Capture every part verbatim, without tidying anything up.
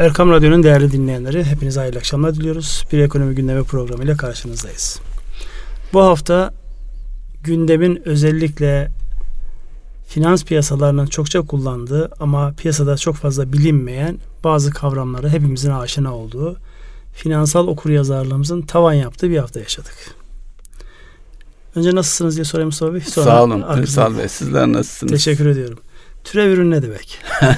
Erkam Radyo'nun değerli dinleyenleri, hepinize hayırlı akşamlar diliyoruz. Bir ekonomi gündemi programıyla karşınızdayız. Bu hafta gündemin özellikle finans piyasalarının çokça kullandığı ama piyasada çok fazla bilinmeyen bazı kavramları hepimizin aşina olduğu finansal okuryazarlığımızın tavan yaptığı bir hafta yaşadık. Önce nasılsınız diye sorayım Mustafa Bey. Sonra sağ olun Ünsal Bey, sizler nasılsınız? Teşekkür ediyorum. Türev ürün ne demek?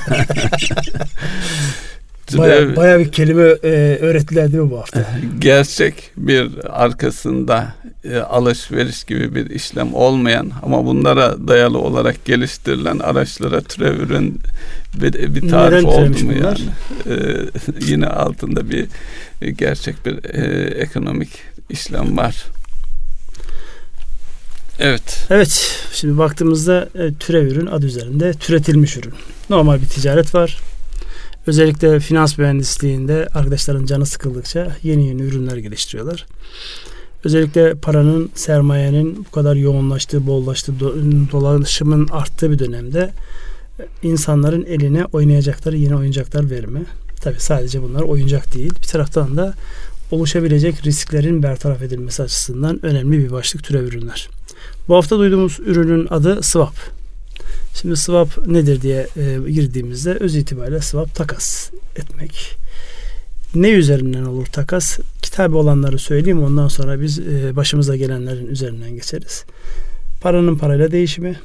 Türev, Baya, baya bir kelime e, öğrettiler değil mi bu hafta? Gerçek bir arkasında e, alışveriş gibi bir işlem olmayan ama bunlara dayalı olarak geliştirilen araçlara türev ürün bir, bir tarif oldu mu yani? E, yine altında bir e, gerçek bir e, ekonomik işlem var. Evet. Evet. Şimdi baktığımızda e, türev ürün adı üzerinde türetilmiş ürün. Normal bir ticaret var. Özellikle finans mühendisliğinde arkadaşların canı sıkıldıkça yeni yeni ürünler geliştiriyorlar. Özellikle paranın, sermayenin bu kadar yoğunlaştığı, bollaştığı, dolaşımın arttığı bir dönemde insanların eline oynayacakları yeni oyuncaklar verme. Tabii sadece bunlar oyuncak değil. Bir taraftan da oluşabilecek risklerin bertaraf edilmesi açısından önemli bir başlık türev ürünler. Bu hafta duyduğumuz ürünün adı swap. Şimdi swap nedir diye e, girdiğimizde öz itibariyle swap takas etmek. Ne üzerinden olur takas? Kitabı olanları söyleyeyim, ondan sonra biz e, başımıza gelenlerin üzerinden geçeriz. Paranın parayla değişimi,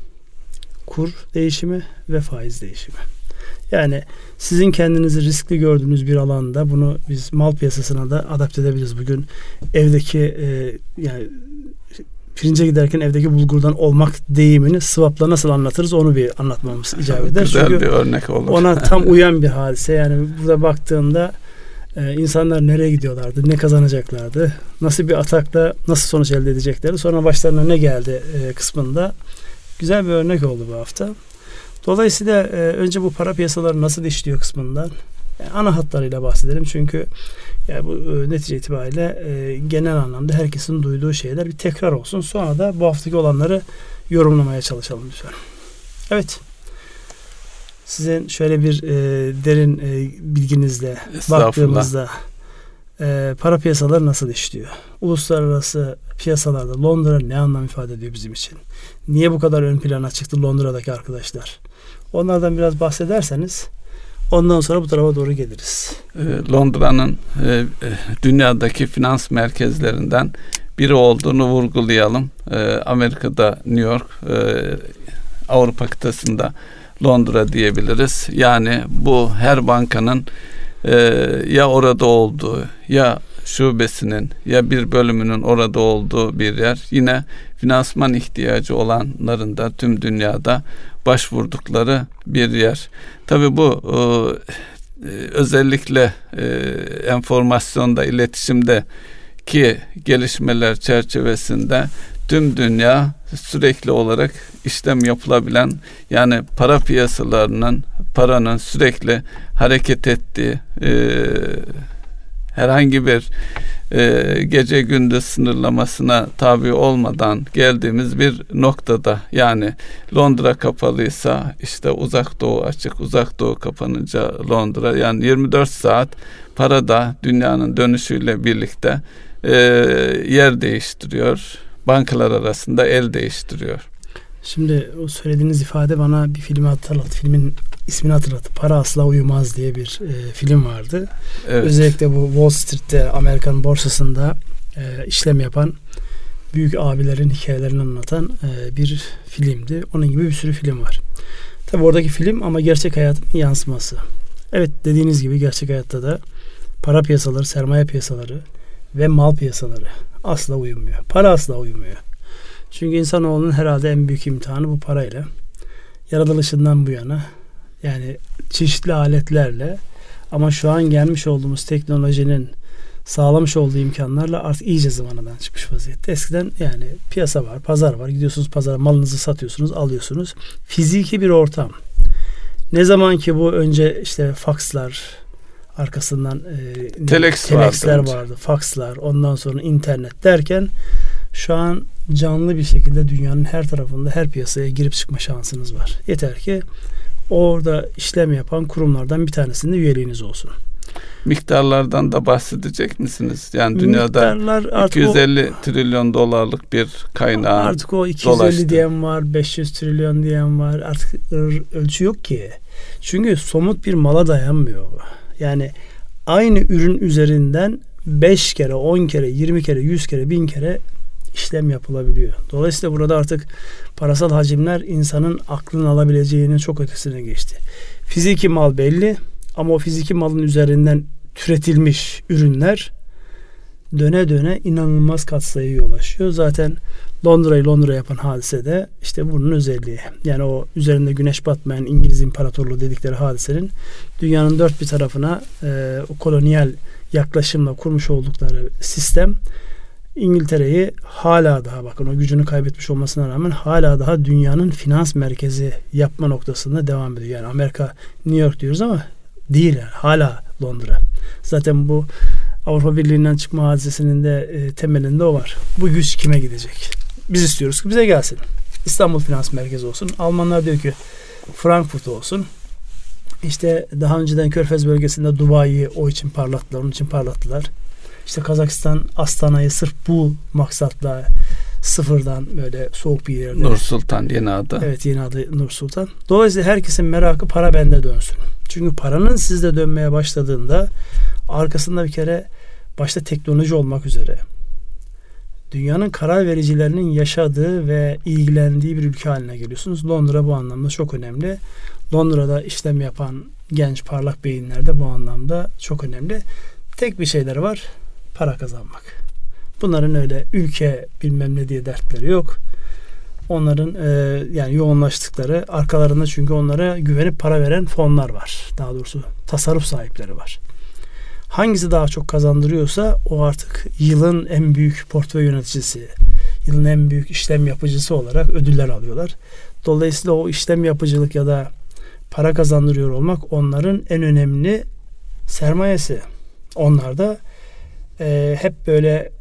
kur değişimi ve faiz değişimi. Yani sizin kendinizi riskli gördüğünüz bir alanda bunu biz mal piyasasına da adapte edebiliriz. Bugün evdeki e, yani pirince giderken evdeki bulgurdan olmak deyimini swap'la nasıl anlatırız onu bir anlatmamız icap eder. Güzel Çünkü bir örnek olur. Ona tam uyan bir hadise. Yani burada baktığında e, insanlar nereye gidiyorlardı, ne kazanacaklardı, nasıl bir atakla nasıl sonuç elde edeceklerdi, sonra başlarına ne geldi e, kısmında güzel bir örnek oldu bu hafta. Dolayısıyla e, önce bu para piyasaları nasıl işliyor kısmından yani ana hatlarıyla bahsedelim. Çünkü yani bu e, netice itibariyle e, genel anlamda herkesin duyduğu şeyler bir tekrar olsun. Sonra da bu haftaki olanları yorumlamaya çalışalım lütfen. Evet. Sizin şöyle bir e, derin e, bilginizle baktığımızda e, para piyasaları nasıl işliyor? Uluslararası piyasalarda Londra ne anlam ifade ediyor bizim için? Niye bu kadar ön plana çıktı Londra'daki arkadaşlar? Onlardan biraz bahsederseniz ondan sonra bu tarafa doğru geliriz. Londra'nın e, dünyadaki finans merkezlerinden biri olduğunu vurgulayalım. E, Amerika'da New York, e, Avrupa kıtasında Londra diyebiliriz. Yani bu her bankanın e, ya orada olduğu ya şubesinin ya bir bölümünün orada olduğu bir yer. Yine finansman ihtiyacı olanların da tüm dünyada başvurdukları bir yer. Tabii bu e, özellikle e, enformasyonda, iletişimde ki gelişmeler çerçevesinde tüm dünya sürekli olarak işlem yapılabilen, yani para piyasalarının, paranın sürekli hareket ettiği, e, herhangi bir e, gece gündüz sınırlamasına tabi olmadan geldiğimiz bir noktada, yani Londra kapalıysa işte Uzak Doğu açık, Uzak Doğu kapanınca Londra, yani yirmi dört saat para da dünyanın dönüşüyle birlikte e, yer değiştiriyor. Bankalar arasında el değiştiriyor. Şimdi o söylediğiniz ifade bana bir filmi hatırlattı. Filmin ismini hatırlattı. Para Asla Uyumaz diye bir e, film vardı. Evet. Özellikle bu Wall Street'te, Amerikan borsasında e, işlem yapan büyük abilerin hikayelerini anlatan e, bir filmdi. Onun gibi bir sürü film var. Tabii oradaki film ama gerçek hayatın yansıması. Evet, dediğiniz gibi gerçek hayatta da para piyasaları, sermaye piyasaları ve mal piyasaları asla uyumuyor. Para asla uyumuyor. Çünkü insanoğlunun herhalde en büyük imtihanı bu parayla. Yaratılışından bu yana yani çeşitli aletlerle ama şu an gelmiş olduğumuz teknolojinin sağlamış olduğu imkanlarla artık iyice zıvanadan çıkmış vaziyette. Eskiden yani piyasa var, pazar var. Gidiyorsunuz pazara, malınızı satıyorsunuz, alıyorsunuz. Fiziki bir ortam. Ne zaman ki bu önce işte fakslar, arkasından e, Telex telexler vardı, vardı, fakslar, ondan sonra internet derken şu an canlı bir şekilde dünyanın her tarafında her piyasaya girip çıkma şansınız var. Yeter ki orada işlem yapan kurumlardan bir tanesinde üyeliğiniz olsun. Miktarlardan da bahsedecek misiniz? Yani dünyada iki yüz elli o, trilyon dolarlık bir kaynağı artık o iki yüz elli dolaştı diyen var, beş yüz trilyon diyen var. Artık ölçü yok ki. Çünkü somut bir mala dayanmıyor. Yani aynı ürün üzerinden beş kere, on kere, yirmi kere, yüz kere, bin kere işlem yapılabiliyor. Dolayısıyla burada artık parasal hacimler insanın aklını alabileceğinin çok ötesine geçti. Fiziki mal belli ama o fiziki malın üzerinden türetilmiş ürünler döne döne inanılmaz katsayıya ulaşıyor. Zaten Londra'yı Londra yapan hadise de işte bunun özelliği. Yani o üzerinde güneş batmayan İngiliz İmparatorluğu dedikleri hadisenin dünyanın dört bir tarafına e, o kolonyal yaklaşımla kurmuş oldukları sistem İngiltere'yi hala daha, bakın o gücünü kaybetmiş olmasına rağmen hala daha dünyanın finans merkezi yapma noktasında devam ediyor. Yani Amerika, New York diyoruz ama değil yani. Hala Londra. Zaten bu Avrupa Birliği'nden çıkma hadisesinin de e, temelinde o var. Bu güç kime gidecek? Biz istiyoruz ki bize gelsin. İstanbul Finans Merkezi olsun. Almanlar diyor ki Frankfurt olsun. İşte daha önceden Körfez bölgesinde Dubai'yi o için parlattılar. Onun için parlattılar. İşte Kazakistan Astana'yı sırf bu maksatla sıfırdan böyle soğuk bir yerde. Nur Sultan yeni adı. Evet, yeni adı Nur Sultan. Dolayısıyla herkesin merakı para bende dönsün. Çünkü paranın sizde dönmeye başladığında arkasında bir kere başta teknoloji olmak üzere dünyanın karar vericilerinin yaşadığı ve ilgilendiği bir ülke haline geliyorsunuz. Londra bu anlamda çok önemli. Londra'da işlem yapan genç parlak beyinler de bu anlamda çok önemli. Tek bir şeyleri var. Para kazanmak. Bunların öyle ülke bilmem ne diye dertleri yok. Onların e, yani yoğunlaştıkları arkalarında, çünkü onlara güvenip para veren fonlar var. Daha doğrusu tasarruf sahipleri var. Hangisi daha çok kazandırıyorsa o artık yılın en büyük portföy yöneticisi, yılın en büyük işlem yapıcısı olarak ödüller alıyorlar. Dolayısıyla o işlem yapıcılık ya da para kazandırıyor olmak onların en önemli sermayesi. Onlar da e, hep böyle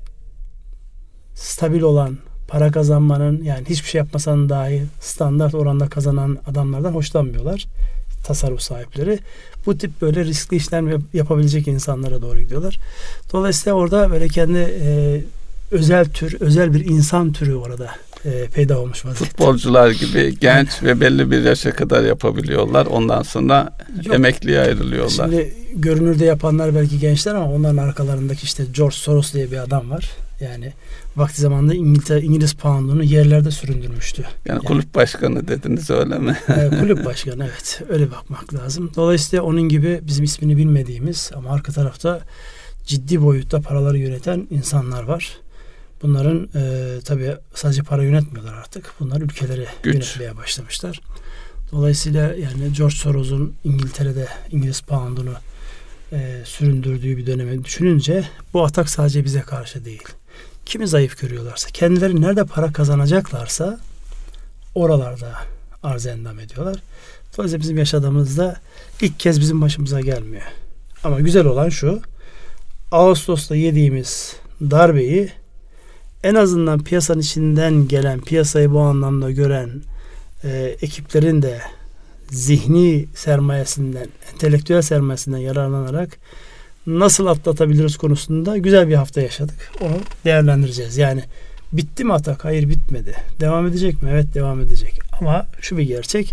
stabil olan, para kazanmanın, yani hiçbir şey yapmasan dahi standart oranda kazanan adamlardan hoşlanmıyorlar. Tasarruf sahipleri. Bu tip böyle riskli işlem yapabilecek insanlara doğru gidiyorlar. Dolayısıyla orada böyle kendi e, özel tür, özel bir insan türü orada e, peyda olmuş vaziyette. Futbolcular gibi genç ve belli bir yaşa kadar yapabiliyorlar. Ondan sonra Yok. emekliye ayrılıyorlar. Şimdi görünürde yapanlar belki gençler ama onların arkalarındaki işte George Soros diye bir adam var. Yani vakti zamanında İngiltere, İngiliz poundunu yerlerde süründürmüştü. Yani, yani kulüp başkanı dediniz, öyle mi? e, kulüp başkanı, evet. Öyle bakmak lazım. Dolayısıyla onun gibi bizim ismini bilmediğimiz ama arka tarafta ciddi boyutta paraları yöneten insanlar var. Bunların e, tabii sadece para yönetmiyorlar artık. Bunlar ülkeleri Güç. yönetmeye başlamışlar. Dolayısıyla yani George Soros'un İngiltere'de İngiliz poundunu e, süründürdüğü bir dönemi düşününce bu atak sadece bize karşı değil. Kimi zayıf görüyorlarsa, kendileri nerede para kazanacaklarsa oralarda arz endam ediyorlar. Dolayısıyla bizim yaşadığımızda ilk kez bizim başımıza gelmiyor. Ama güzel olan şu, Ağustos'ta yediğimiz darbeyi en azından piyasanın içinden gelen, piyasayı bu anlamda gören e, ekiplerin de zihni sermayesinden, entelektüel sermayesinden yararlanarak nasıl atlatabiliriz konusunda güzel bir hafta yaşadık. Onu değerlendireceğiz. Yani bitti mi atak? Hayır, bitmedi. Devam edecek mi? Evet, devam edecek. Ama şu bir gerçek,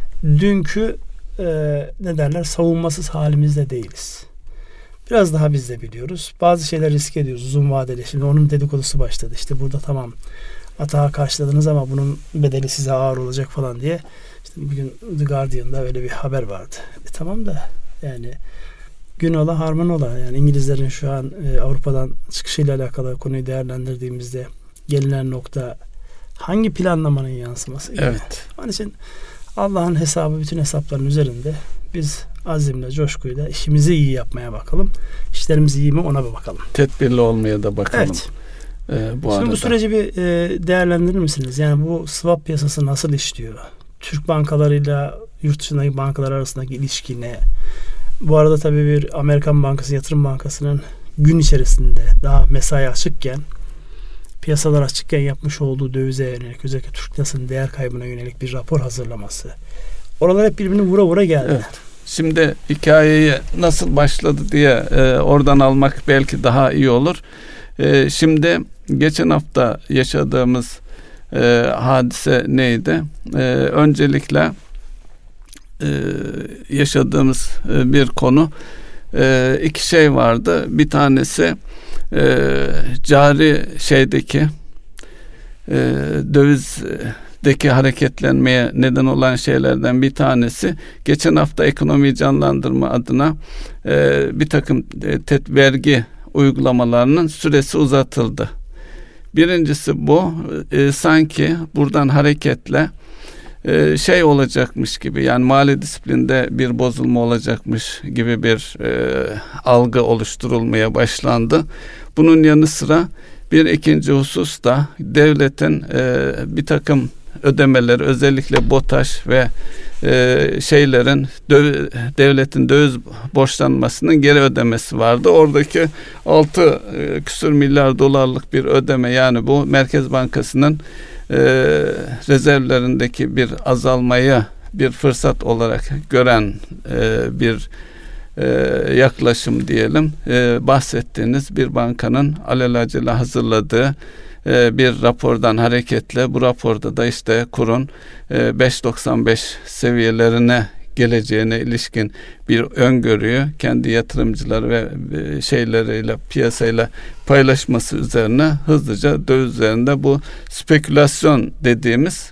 dünkü e, ne derler, savunmasız halimizde değiliz. Biraz daha biz de biliyoruz. Bazı şeyler risk ediyoruz uzun vadeli. Şimdi onun dedikodusu başladı. İşte burada tamam atağı karşıladınız ama bunun bedeli size ağır olacak falan diye. İşte bugün The Guardian'da öyle bir haber vardı. E tamam da yani gün ola harman ola. Yani İngilizlerin şu an e, Avrupa'dan çıkışıyla alakalı konuyu değerlendirdiğimizde gelinen nokta hangi planlamanın yansıması? Evet. Yani onun için Allah'ın hesabı bütün hesapların üzerinde. Biz azimle, coşkuyla işimizi iyi yapmaya bakalım. İşlerimiz iyi mi, ona bir bakalım. Tedbirli olmaya da bakalım. Evet. Ee, bu Şimdi arada. bu süreci bir e, değerlendirir misiniz? Yani bu swap piyasası nasıl işliyor? Türk bankalarıyla yurt dışındaki bankalar arasındaki ilişki ne? Bu arada tabii bir Amerikan Bankası, Yatırım Bankası'nın gün içerisinde daha mesai açıkken, piyasalar açıkken yapmış olduğu dövize yönelik, özellikle Türk lirasının değer kaybına yönelik bir rapor hazırlaması, Oralar hep birbirini vura vura geldi. Evet. Şimdi hikayeyi nasıl başladı diye e, oradan almak belki daha iyi olur. E, şimdi geçen hafta yaşadığımız e, hadise neydi? E, öncelikle e, yaşadığımız e, bir konu, e, iki şey vardı. Bir tanesi e, cari şeydeki e, dövizdeki hareketlenmeye neden olan şeylerden bir tanesi, geçen hafta ekonomiyi canlandırma adına e, bir takım e, tet vergi uygulamalarının süresi uzatıldı. Birincisi bu, e, sanki buradan hareketle e, şey olacakmış gibi, yani mali disiplinde bir bozulma olacakmış gibi bir e, algı oluşturulmaya başlandı. Bunun yanı sıra bir ikinci husus da devletin e, bir takım ödemeleri, özellikle BOTAŞ ve e, şeylerin döv, devletin döviz borçlanmasının geri ödemesi vardı. Oradaki altı e, küsur milyar dolarlık bir ödeme, yani bu Merkez Bankası'nın e, rezervlerindeki bir azalmayı bir fırsat olarak gören e, bir e, yaklaşım diyelim. E, bahsettiğiniz bir bankanın alelacele hazırladığı bir rapordan hareketle, bu raporda da işte kurun beş virgül doksan beş seviyelerine geleceğine ilişkin bir öngörüyü kendi yatırımcıları ve şeyleriyle, piyasayla paylaşması üzerine hızlıca döviz üzerinde bu spekülasyon dediğimiz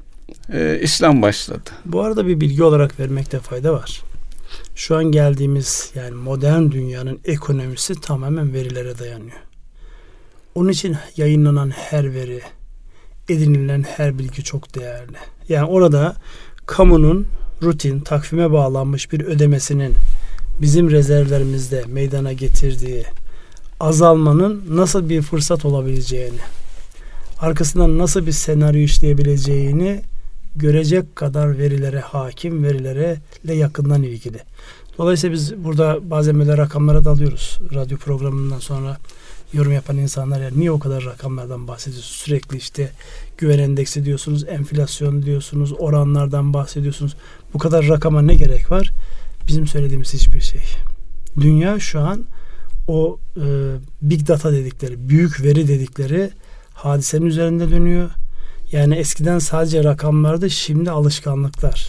işlem başladı. Bu arada bir bilgi olarak vermekte fayda var. Şu an geldiğimiz, yani modern dünyanın ekonomisi tamamen verilere dayanıyor. Onun için yayınlanan her veri, edinilen her bilgi çok değerli. Yani orada kamunun rutin, takvime bağlanmış bir ödemesinin bizim rezervlerimizde meydana getirdiği azalmanın nasıl bir fırsat olabileceğini, arkasından nasıl bir senaryo işleyebileceğini görecek kadar verilere hakim, verilere yakından ilgili. Dolayısıyla biz burada bazen böyle rakamlara dalıyoruz. Radyo programından sonra yorum yapan insanlar, ya niye o kadar rakamlardan bahsediyorsunuz? Sürekli işte güven endeksi diyorsunuz, enflasyon diyorsunuz, oranlardan bahsediyorsunuz. Bu kadar rakama ne gerek var? Bizim söylediğimiz hiçbir şey. Dünya şu an o e, big data dedikleri, büyük veri dedikleri hadisenin üzerinde dönüyor. Yani eskiden sadece rakamlardı, şimdi alışkanlıklar.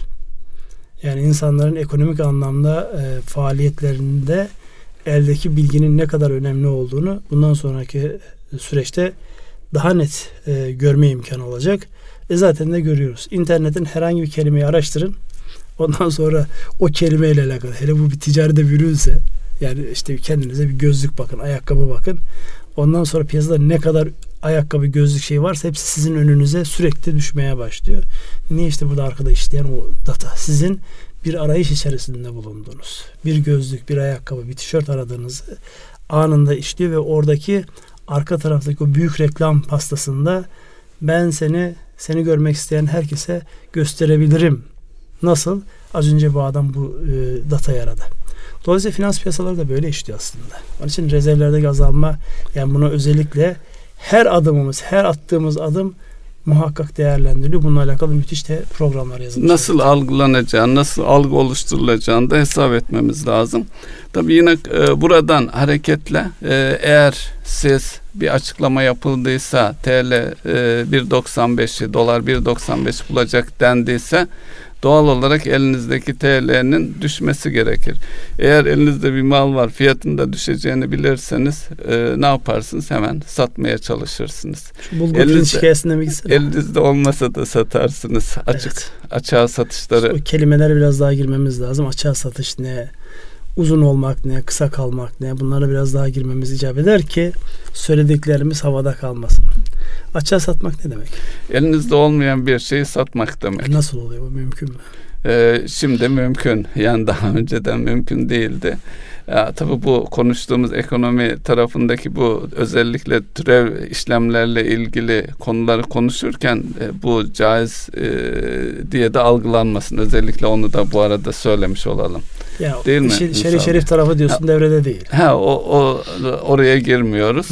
Yani insanların ekonomik anlamda e, faaliyetlerinde eldeki bilginin ne kadar önemli olduğunu bundan sonraki süreçte daha net e, görme imkanı olacak. E zaten de görüyoruz. İnternetin herhangi bir kelimeyi araştırın. Ondan sonra o kelimeyle alakalı, hele bu bir ticari de bir ürünse, yani işte kendinize bir gözlük bakın, ayakkabı bakın. Ondan sonra piyasada ne kadar ayakkabı, gözlük şey varsa hepsi sizin önünüze sürekli düşmeye başlıyor. Niye? İşte burada arkada işleyen o data. Sizin bir arayış içerisinde bulundunuz. Bir gözlük, bir ayakkabı, bir tişört aradığınızı anında işliyor ve oradaki arka taraftaki o büyük reklam pastasında ben seni, seni görmek isteyen herkese gösterebilirim. Nasıl? Az önce bu adam bu e, datayı aradı. Dolayısıyla finans piyasaları da böyle işliyor aslında. Onun için rezervlerdeki azalma, yani buna özellikle her adımımız, her attığımız adım muhakkak değerlendiriliyor. Bununla alakalı müthiş de programlar yazılmış. Nasıl algılanacağını, nasıl algı oluşturulacağını da hesap etmemiz lazım. Tabii yine e, buradan hareketle e, eğer siz bir açıklama yapıldıysa T L e, bir virgül doksan beşi, dolar bir virgül doksan beş bulacak dendiyse doğal olarak elinizdeki T L'nin düşmesi gerekir. Eğer elinizde bir mal var, fiyatın da düşeceğini bilirseniz e, ne yaparsınız? Hemen satmaya çalışırsınız. Şu bulgur pirinç hikayesinde mi gitsene? Elinizde olmasa da satarsınız. Açık, evet. Açığa satışları. İşte o kelimelere biraz daha girmemiz lazım. Açığa satış ne? Uzun olmak ne? Kısa kalmak ne? Bunlara biraz daha girmemiz icap eder ki söylediklerimiz havada kalmasın. Açığa satmak ne demek? Elinizde olmayan bir şeyi satmak demek. Nasıl oluyor? Bu mümkün mü? Ee, şimdi mümkün. Yani daha önceden mümkün değildi. Ya, tabii bu konuştuğumuz ekonomi tarafındaki bu özellikle türev işlemlerle ilgili konuları konuşurken e, bu caiz e, diye de algılanmasın. Özellikle onu da bu arada söylemiş olalım. Ya, değil mi? Şerif şerif tarafı diyorsun, ha, devrede değil. Ha, o, o oraya girmiyoruz. Hı.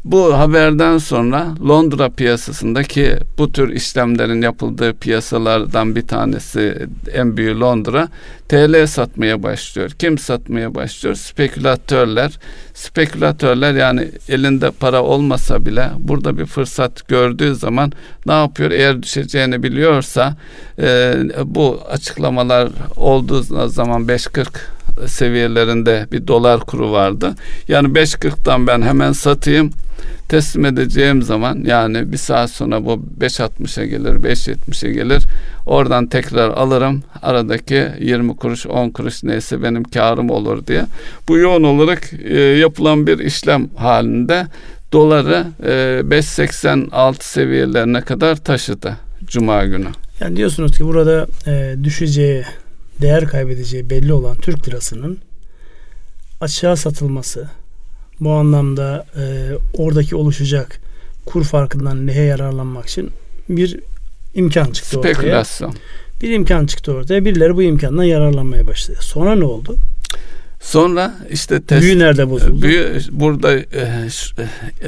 Bu haberden sonra Londra piyasasındaki bu tür işlemlerin yapıldığı piyasalardan bir tanesi, en büyüğü Londra, T L satmaya başlıyor. Kim satmaya başlıyor? Spekülatörler. Spekülatörler yani elinde para olmasa bile burada bir fırsat gördüğü zaman ne yapıyor? Eğer düşeceğini biliyorsa e, bu açıklamalar olduğu zaman beş kırk seviyelerinde bir dolar kuru vardı. Yani beş kırktan ben hemen satayım, teslim edeceğim zaman yani bir saat sonra bu beş altmışa gelir, beş yetmişe gelir. Oradan tekrar alırım. Aradaki yirmi kuruş, on kuruş neyse benim karım olur diye. Bu yoğun olarak e, yapılan bir işlem halinde doları e, beş seksen altı seviyelerine kadar taşıdı Cuma günü. Yani diyorsunuz ki burada e, düşeceği, değer kaybedeceği belli olan Türk lirasının açığa satılması, bu anlamda e, oradaki oluşacak kur farkından lehe yararlanmak için bir imkan çıktı ortaya. Spekülasyon. Bir imkan çıktı ortaya. Birileri bu imkandan yararlanmaya başladı. Sonra ne oldu? Sonra işte test, büyü nerede bozuldu? Büyü, burada e, e,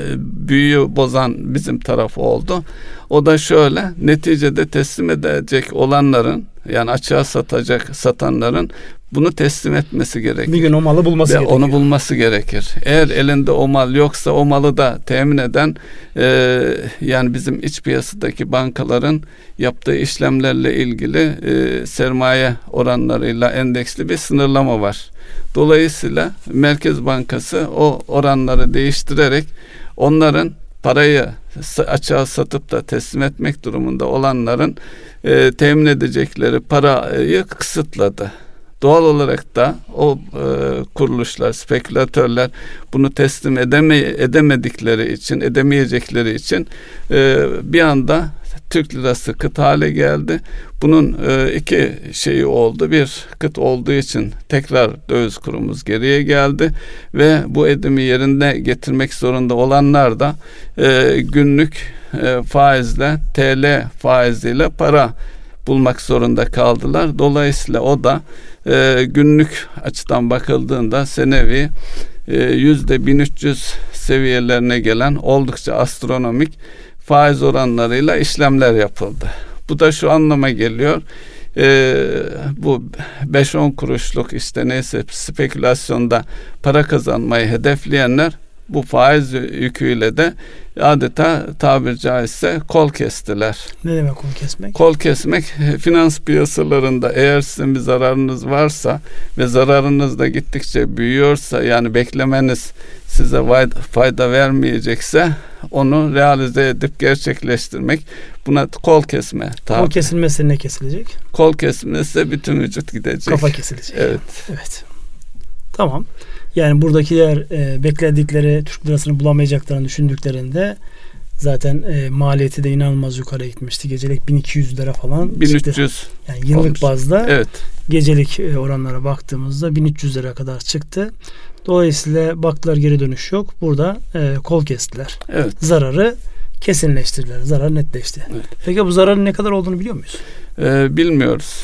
büyüyü bozan bizim taraf oldu. O da şöyle, neticede teslim edecek olanların, yani açığa satacak satanların bunu teslim etmesi gerekir. Bir gün o malı bulması Ve gerekiyor. onu bulması gerekir. Eğer elinde o mal yoksa o malı da temin eden e, yani bizim iç piyasadaki bankaların yaptığı işlemlerle ilgili e, sermaye oranlarıyla endeksli bir sınırlama var. Dolayısıyla Merkez Bankası o oranları değiştirerek onların parayı açığa satıp da teslim etmek durumunda olanların e, temin edecekleri parayı kısıtladı. Doğal olarak da o e, kuruluşlar, spekülatörler bunu teslim edeme, edemedikleri için, edemeyecekleri için e, bir anda Türk lirası kıt hale geldi. Bunun e, iki şeyi oldu. Bir, kıt olduğu için tekrar döviz kurumuz geriye geldi ve bu ödemi yerine getirmek zorunda olanlar da e, günlük e, faizle, T L faiziyle para bulmak zorunda kaldılar. Dolayısıyla o da e, günlük açıdan bakıldığında senevi e, yüzde bin üç yüz seviyelerine gelen oldukça astronomik faiz oranlarıyla işlemler yapıldı. Bu da şu anlama geliyor. E, bu beş on kuruşluk işte neyse spekülasyonda para kazanmayı hedefleyenler bu faiz yüküyle de adeta tabir caizse kol kestiler. Ne demek kol kesmek? Kol kesmek, finans piyasalarında eğer sizin bir zararınız varsa ve zararınız da gittikçe büyüyorsa, yani beklemeniz size fayda vermeyecekse onu realize edip gerçekleştirmek, buna kol kesme. Tabi. Kol kesilmesi ne kesilecek? Kol kesilmesi bütün vücut gidecek. Kafa kesilecek. Evet. Evet. Tamam. Yani buradakiler e, bekledikleri Türk lirasını bulamayacaklarını düşündüklerinde zaten e, maliyeti de inanılmaz yukarı gitmişti. Gecelik bin iki yüz lira falan bin üç yüz çıktı. Yani yıllık olmuş. Bazda evet. Gecelik e, oranlara baktığımızda bin üç yüz lira kadar çıktı. Dolayısıyla baktılar geri dönüş yok. Burada e, kol kestiler. Evet. Zararı kesinleştirdiler. Zarar netleşti. Evet. Peki bu zararın ne kadar olduğunu biliyor muyuz? Ee, bilmiyoruz.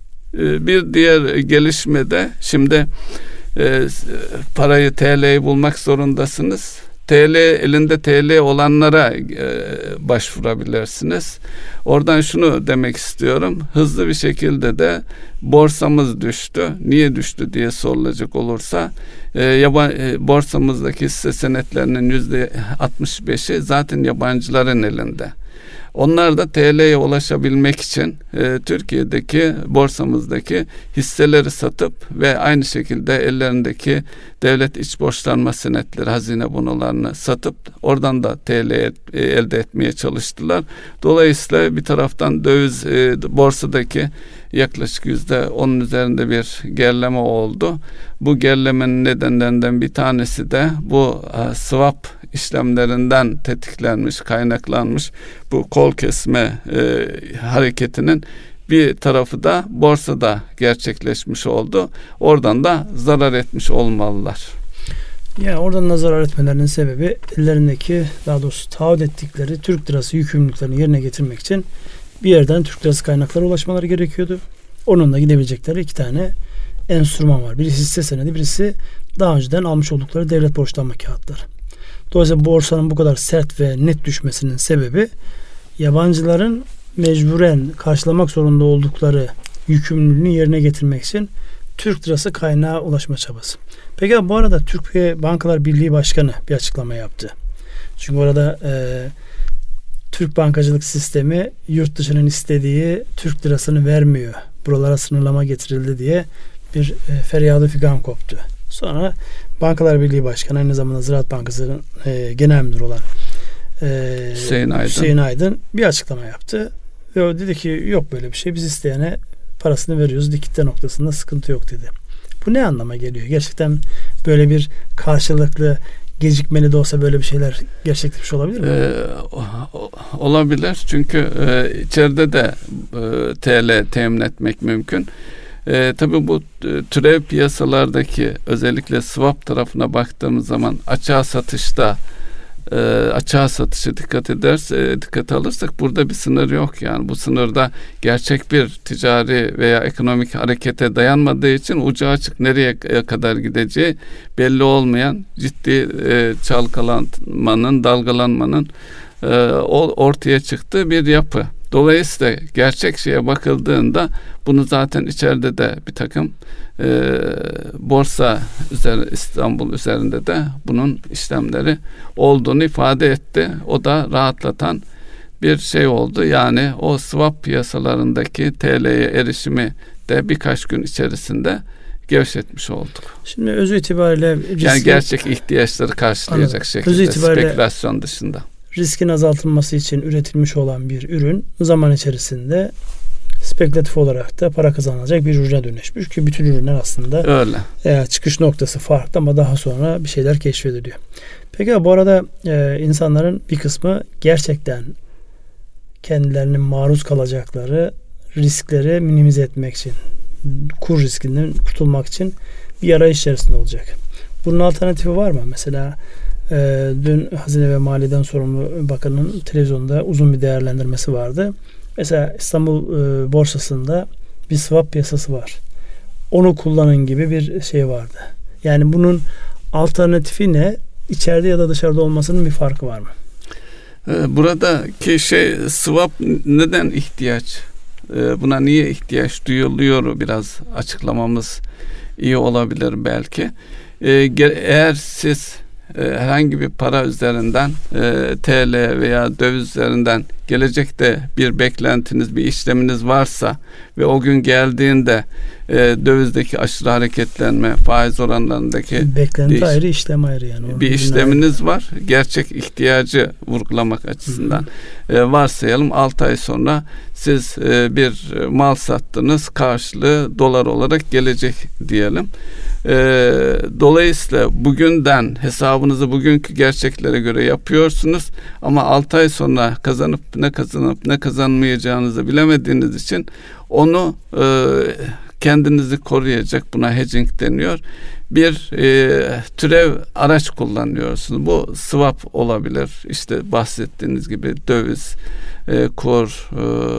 Ee, bir diğer gelişme de şimdi e, parayı T L'yi bulmak zorundasınız. T L elinde T L olanlara e, başvurabilirsiniz. Oradan şunu demek istiyorum. Hızlı bir şekilde de borsamız düştü. Niye düştü diye sorulacak olursa e, yaban, e, borsamızdaki hisse senetlerinin yüzde altmış beşi zaten yabancıların elinde. Onlar da T L'ye ulaşabilmek için e, Türkiye'deki borsamızdaki hisseleri satıp ve aynı şekilde ellerindeki devlet iç borçlanma senetleri, hazine bonolarını satıp oradan da T L e, elde etmeye çalıştılar. Dolayısıyla bir taraftan döviz e, borsadaki yaklaşık yüzde onun üzerinde bir gerileme oldu. Bu gerilemenin nedenlerinden bir tanesi de bu e, swap işlemlerinden tetiklenmiş, kaynaklanmış bu kol kesme e, hareketinin bir tarafı da borsada gerçekleşmiş oldu. Oradan da zarar etmiş olmalılar. Ya oradan da zarar etmelerinin sebebi ellerindeki, daha doğrusu taahhüt ettikleri Türk lirası yükümlülüklerini yerine getirmek için bir yerden Türk lirası kaynaklara ulaşmaları gerekiyordu. Onunla gidebilecekleri iki tane enstrüman var. Birisi hisse senedi, birisi daha önceden almış oldukları devlet borçlanma kağıtları. Dolayısıyla borsanın bu kadar sert ve net düşmesinin sebebi yabancıların mecburen karşılamak zorunda oldukları yükümlülüğünü yerine getirmek için Türk lirası kaynağa ulaşma çabası. Peki bu arada Türkiye Bankalar Birliği Başkanı bir açıklama yaptı. Çünkü orada e, Türk bankacılık sistemi yurt dışının istediği Türk lirasını vermiyor. Buralara sınırlama getirildi diye bir e, feryadı figan koptu. Sonra Bankalar Birliği Başkanı, aynı zamanda Ziraat Bankası'nın e, genel müdürü olan e, Hüseyin Aydın. Hüseyin Aydın bir açıklama yaptı. Ve o dedi ki yok böyle bir şey. Biz isteyene parasını veriyoruz. Likitte noktasında sıkıntı yok dedi. Bu ne anlama geliyor? Gerçekten böyle bir karşılıklı gecikmeli de olsa böyle bir şeyler gerçekleşmiş olabilir mi? Ee, olabilir. Çünkü e, içeride de e, T L temin etmek mümkün. E, tabii bu e, türev piyasalardaki özellikle swap tarafına baktığımız zaman açığa satışta e, açığa satışı dikkat ederse dikkat alırsak burada bir sınır yok yani. Bu sınırda gerçek bir ticari veya ekonomik harekete dayanmadığı için ucu açık nereye kadar gideceği belli olmayan ciddi e, çalkalanmanın, dalgalanmanın e, ortaya çıktığı bir yapı. Dolayısıyla gerçek şeye bakıldığında bunu zaten içeride de bir takım e, borsa üzeri, İstanbul üzerinde de bunun işlemleri olduğunu ifade etti. O da rahatlatan bir şey oldu. Yani o swap piyasalarındaki T L'ye erişimi de birkaç gün içerisinde gevşetmiş olduk. Şimdi özü itibariyle riski, yani gerçek ihtiyaçları karşılayacak anladım. Şekilde spekülasyon dışında. Riskin azaltılması için üretilmiş olan bir ürün zaman içerisinde spekülatif olarak da para kazanılacak bir ürüne dönüşmüş ki bütün ürünler aslında öyle. E, çıkış noktası farklı ama daha sonra bir şeyler keşfediliyor. Peki bu arada e, insanların bir kısmı gerçekten kendilerinin maruz kalacakları riskleri minimize etmek için, kur riskinden kurtulmak için bir arayış içerisinde olacak. Bunun alternatifi var mı? Mesela e, dün Hazine ve Maliye'den sorumlu bakanın televizyonda uzun bir değerlendirmesi vardı. Mesela İstanbul e, borsasında bir swap piyasası var. Onu kullanın gibi bir şey vardı. Yani bunun alternatifi ne? İçeride ya da dışarıda olmasının bir farkı var mı? Buradaki şey swap neden ihtiyaç? Buna niye ihtiyaç duyuluyor? Biraz açıklamamız iyi olabilir belki. Eğer siz herhangi bir para üzerinden T L veya döviz üzerinden gelecekte bir beklentiniz, bir işleminiz varsa ve o gün geldiğinde e, dövizdeki aşırı hareketlenme, faiz oranlarındaki beklenti iş, ayrı, işlem ayrı yani. Bir işleminiz ayrı var. Gerçek ihtiyacı vurgulamak açısından e, varsayalım altı ay sonra siz e, bir mal sattınız, karşılığı dolar olarak gelecek diyelim. E, dolayısıyla bugünden hesabınızı bugünkü gerçeklere göre yapıyorsunuz ama altı ay sonra kazanıp ne kazanıp ne kazanmayacağınızı bilemediğiniz için onu e, kendinizi koruyacak, buna hedging deniyor, bir e, türev araç kullanıyorsunuz. Bu swap olabilir. İşte bahsettiğiniz gibi döviz, e, kur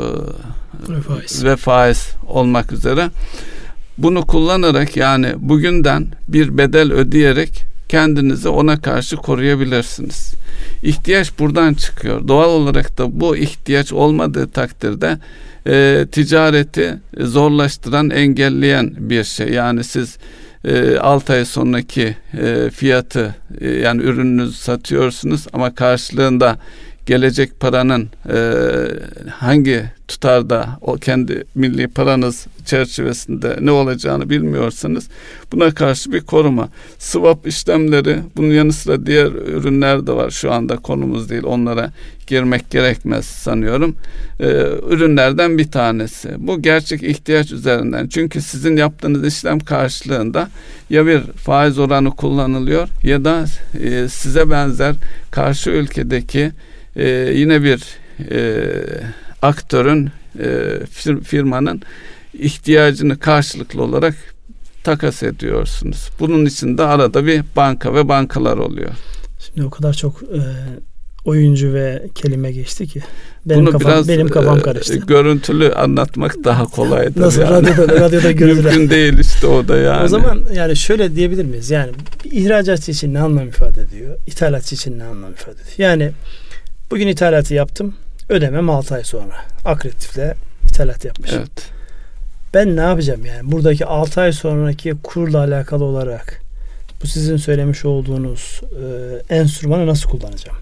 e, ve, faiz. ve faiz olmak üzere. Bunu kullanarak yani bugünden bir bedel ödeyerek kendinizi ona karşı koruyabilirsiniz. İhtiyaç buradan çıkıyor. Doğal olarak da bu ihtiyaç olmadığı takdirde e, ticareti zorlaştıran, engelleyen bir şey. Yani siz e, altı ay sonraki e, fiyatı e, yani ürününüzü satıyorsunuz ama karşılığında gelecek paranın e, hangi tutarda o kendi milli paranız çerçevesinde ne olacağını bilmiyorsanız buna karşı bir koruma. Swap işlemleri, bunun yanı sıra diğer ürünler de var. Şu anda konumuz değil, onlara girmek gerekmez sanıyorum. Ee, ürünlerden bir tanesi. Bu gerçek ihtiyaç üzerinden. Çünkü sizin yaptığınız işlem karşılığında ya bir faiz oranı kullanılıyor ya da e, size benzer karşı ülkedeki e, yine bir e, aktörün, e, firmanın ihtiyacını karşılıklı olarak takas ediyorsunuz. Bunun için de arada bir banka ve bankalar oluyor. Şimdi o kadar çok e, oyuncu ve kelime geçti ki benim bunu kafam biraz benim kafam e, karıştı. Görüntülü anlatmak daha kolaydır. Nasıl yani. radyoda radyoda görüntülü. Mümkün değil işte o da yani. O zaman yani şöyle diyebilir miyiz? Yani bir ihracatçı için ne anlam ifade ediyor? İthalatçı için ne anlam ifade ediyor? Yani bugün ithalatı yaptım. Ödemem altı ay sonra. Akreditifle ithalat yapmışım. Evet. Ben ne yapacağım yani? Buradaki altı ay sonraki kurla alakalı olarak bu sizin söylemiş olduğunuz e, enstrümanı nasıl kullanacağım?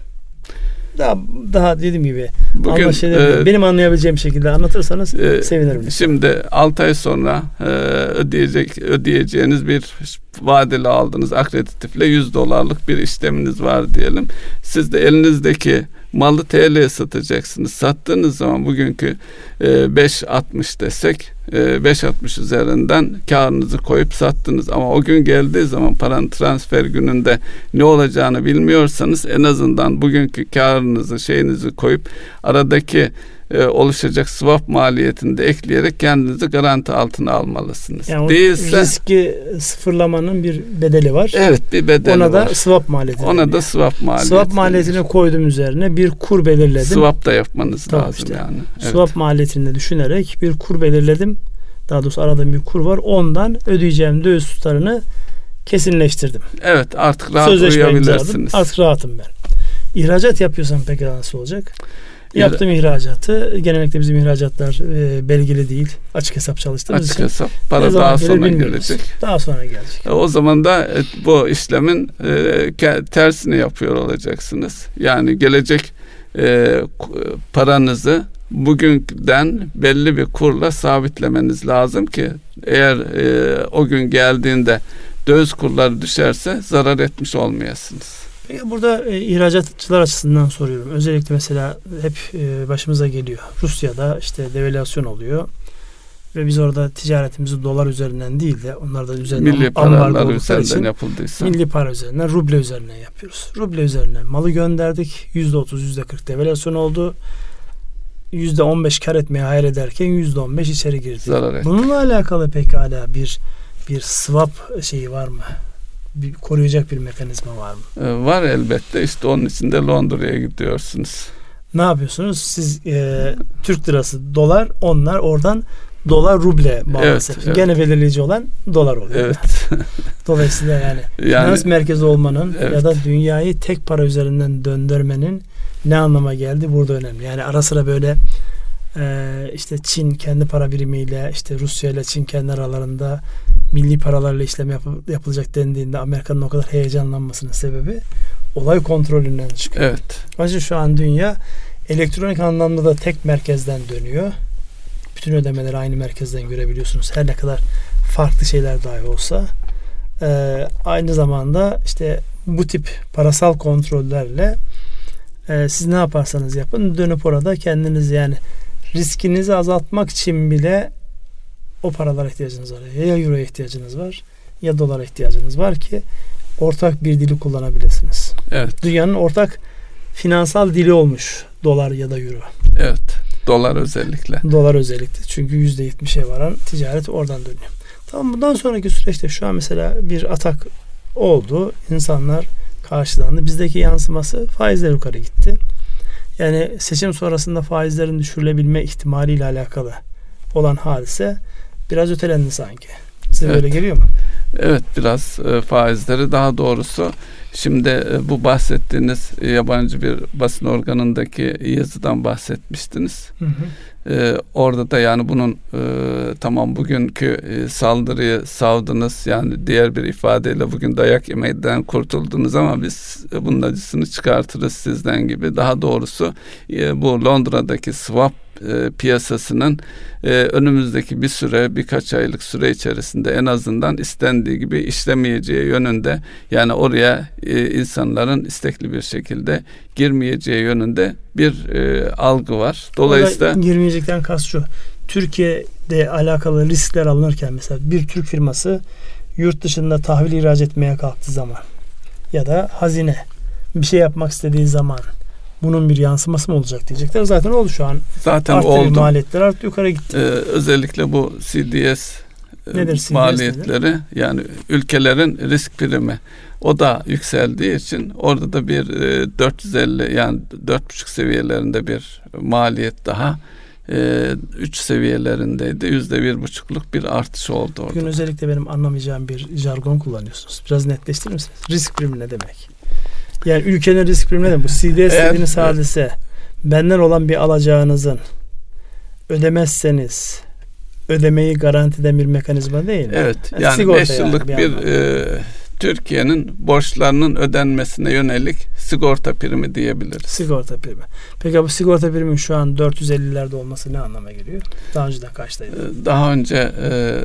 Daha daha dediğim gibi bugün e, benim anlayabileceğim şekilde anlatırsanız e, sevinirim. Şimdi altı ay sonra e, ödeyecek ödeyeceğiniz bir vadeli aldınız akreditifle yüz dolarlık bir işleminiz var diyelim. Siz de elinizdeki malı T L'ye satacaksınız. Sattığınız zaman bugünkü e, beş altmış desek e, beş altmış üzerinden karınızı koyup sattınız. Ama o gün geldiği zaman paranın transfer gününde ne olacağını bilmiyorsanız en azından bugünkü karınızı şeyinizi koyup aradaki e, oluşacak swap maliyetini de ekleyerek kendinizi garanti altına almalısınız. Yani değilse riski sıfırlamanın bir bedeli var. Evet, bir bedeli Ona var. da swap maliyeti. Ona yani. da swap maliyeti. Swap maliyetini koydum üzerine bir kur belirledim. Swap da yapmanız Tabii lazım işte. yani. Evet. Swap maliyetini de düşünerek bir kur belirledim. Daha doğrusu aradığım bir kur var. Ondan ödeyeceğim döviz tutarını kesinleştirdim. Evet, artık rahat Sözleşme uyuyabilirsiniz. imzaladım. Artık rahatım ben. İhracat yapıyorsam peki nasıl olacak? Yaptığım ihracatı, genellikle bizim ihracatlar e, belgeli değil. Açık hesap çalıştığımız Açık için. hesap. Para daha sonra gelecek. Daha sonra gelecek. E, o zaman da e, bu işlemin e, tersini yapıyor olacaksınız. Yani gelecek e, paranızı bugünden belli bir kurla sabitlemeniz lazım ki eğer e, o gün geldiğinde döviz kurları düşerse zarar etmiş olmayasınız. Peki burada e, ihracatçılar açısından soruyorum. Özellikle mesela hep e, başımıza geliyor. Rusya'da işte devalüasyon oluyor ve biz orada ticaretimizi dolar üzerinden değil de onlardan üzerinden milli paralar üzerinden yapıldıysa milli para üzerinden, ruble üzerinden yapıyoruz. Ruble üzerinden malı gönderdik. yüzde otuz, yüzde kırk devalüasyon oldu. yüzde on beş kar etmeyi hayal ederken yüzde on beş içeri girdi. Bununla alakalı pekala bir bir swap şeyi var mı? Bir koruyacak bir mekanizma var mı? Ee, var elbette. İşte onun için de Londra'ya gidiyorsunuz. Ne yapıyorsunuz? Siz e, Türk lirası dolar, onlar oradan dolar ruble bağlısı. Evet, evet. Gene belirleyici olan dolar oluyor. Evet. Dolayısıyla yani, yani finans merkezi olmanın evet. ya da dünyayı tek para üzerinden döndürmenin ne anlama geldi burada önemli. Yani ara sıra böyle e, işte Çin kendi para birimiyle, işte Rusya ile Çin kendi aralarında milli paralarla işlem yap, yapılacak dendiğinde Amerika'nın o kadar heyecanlanmasının sebebi olay kontrolünden çıkıyor. Evet. Başka şu an dünya elektronik anlamda da tek merkezden dönüyor. Bütün ödemeleri aynı merkezden görebiliyorsunuz. Her ne kadar farklı şeyler dahi olsa. Ee, aynı zamanda işte bu tip parasal kontrollerle e, siz ne yaparsanız yapın dönüp orada kendiniz yani riskinizi azaltmak için bile o paralara ihtiyacınız var. Ya euroya ihtiyacınız var ya dolara ihtiyacınız var ki ortak bir dili kullanabilirsiniz. Evet. Dünyanın ortak finansal dili olmuş dolar ya da euro. Evet. Dolar özellikle. Dolar özellikle. Çünkü yüzde yetmişe varan ticaret oradan dönüyor. Tamam, bundan sonraki süreçte şu an mesela bir atak oldu. İnsanlar karşılandı. Bizdeki yansıması faizler yukarı gitti. Yani seçim sonrasında faizlerin düşürülebilme ihtimaliyle alakalı olan hadise biraz ötelendi sanki. Size evet. Böyle geliyor mu? Evet, biraz e, faizleri, daha doğrusu şimdi e, bu bahsettiğiniz e, yabancı bir basın organındaki yazıdan bahsetmiştiniz. Hı hı. E, orada da yani bunun e, tamam bugünkü e, saldırıyı savdınız, yani diğer bir ifadeyle bugün dayak yemekten kurtuldunuz ama biz e, bunun acısını çıkartırız sizden gibi. Daha doğrusu e, bu Londra'daki swap E, piyasasının e, önümüzdeki bir süre, birkaç aylık süre içerisinde en azından istendiği gibi işlemeyeceği yönünde, yani oraya e, insanların istekli bir şekilde girmeyeceği yönünde bir e, algı var. Dolayısıyla orada girmeyecekten kast şu: Türkiye'de alakalı riskler alınırken mesela bir Türk firması yurt dışında tahvil ihraç etmeye kalktığı zaman ya da hazine bir şey yapmak istediği zaman bunun bir yansıması mı olacak diyecekler. Zaten oldu şu an. Zaten arttı, oldu. Maliyetler arttı, yukarı gitti. Ee, özellikle bu C D S Nedir C D S maliyetleri nedir? Yani ülkelerin risk primi o da yükseldiği için orada da bir e, dört yüz elli yani dört buçuk seviyelerinde bir maliyet daha e, üç seviyelerindeydi. Yüzde bir buçukluk bir artış oldu orada. Bugün özellikle benim anlamayacağım bir jargon kullanıyorsunuz. Biraz netleştirir misiniz? Risk primi ne demek? Yani ülkenin risk primi ne demek? Bu C D S Eğer, dediğiniz hadise benden olan bir alacağınızın ödemezseniz ödemeyi garanti eden bir mekanizma değil mi? Evet. Yani, yani beş yıllık yani bir, bir e, Türkiye'nin borçlarının ödenmesine yönelik sigorta primi diyebiliriz. Sigorta primi. Peki bu sigorta primi şu an dört yüz ellilerde olması ne anlama geliyor? Daha önceden kaçtaydı? Daha önce e,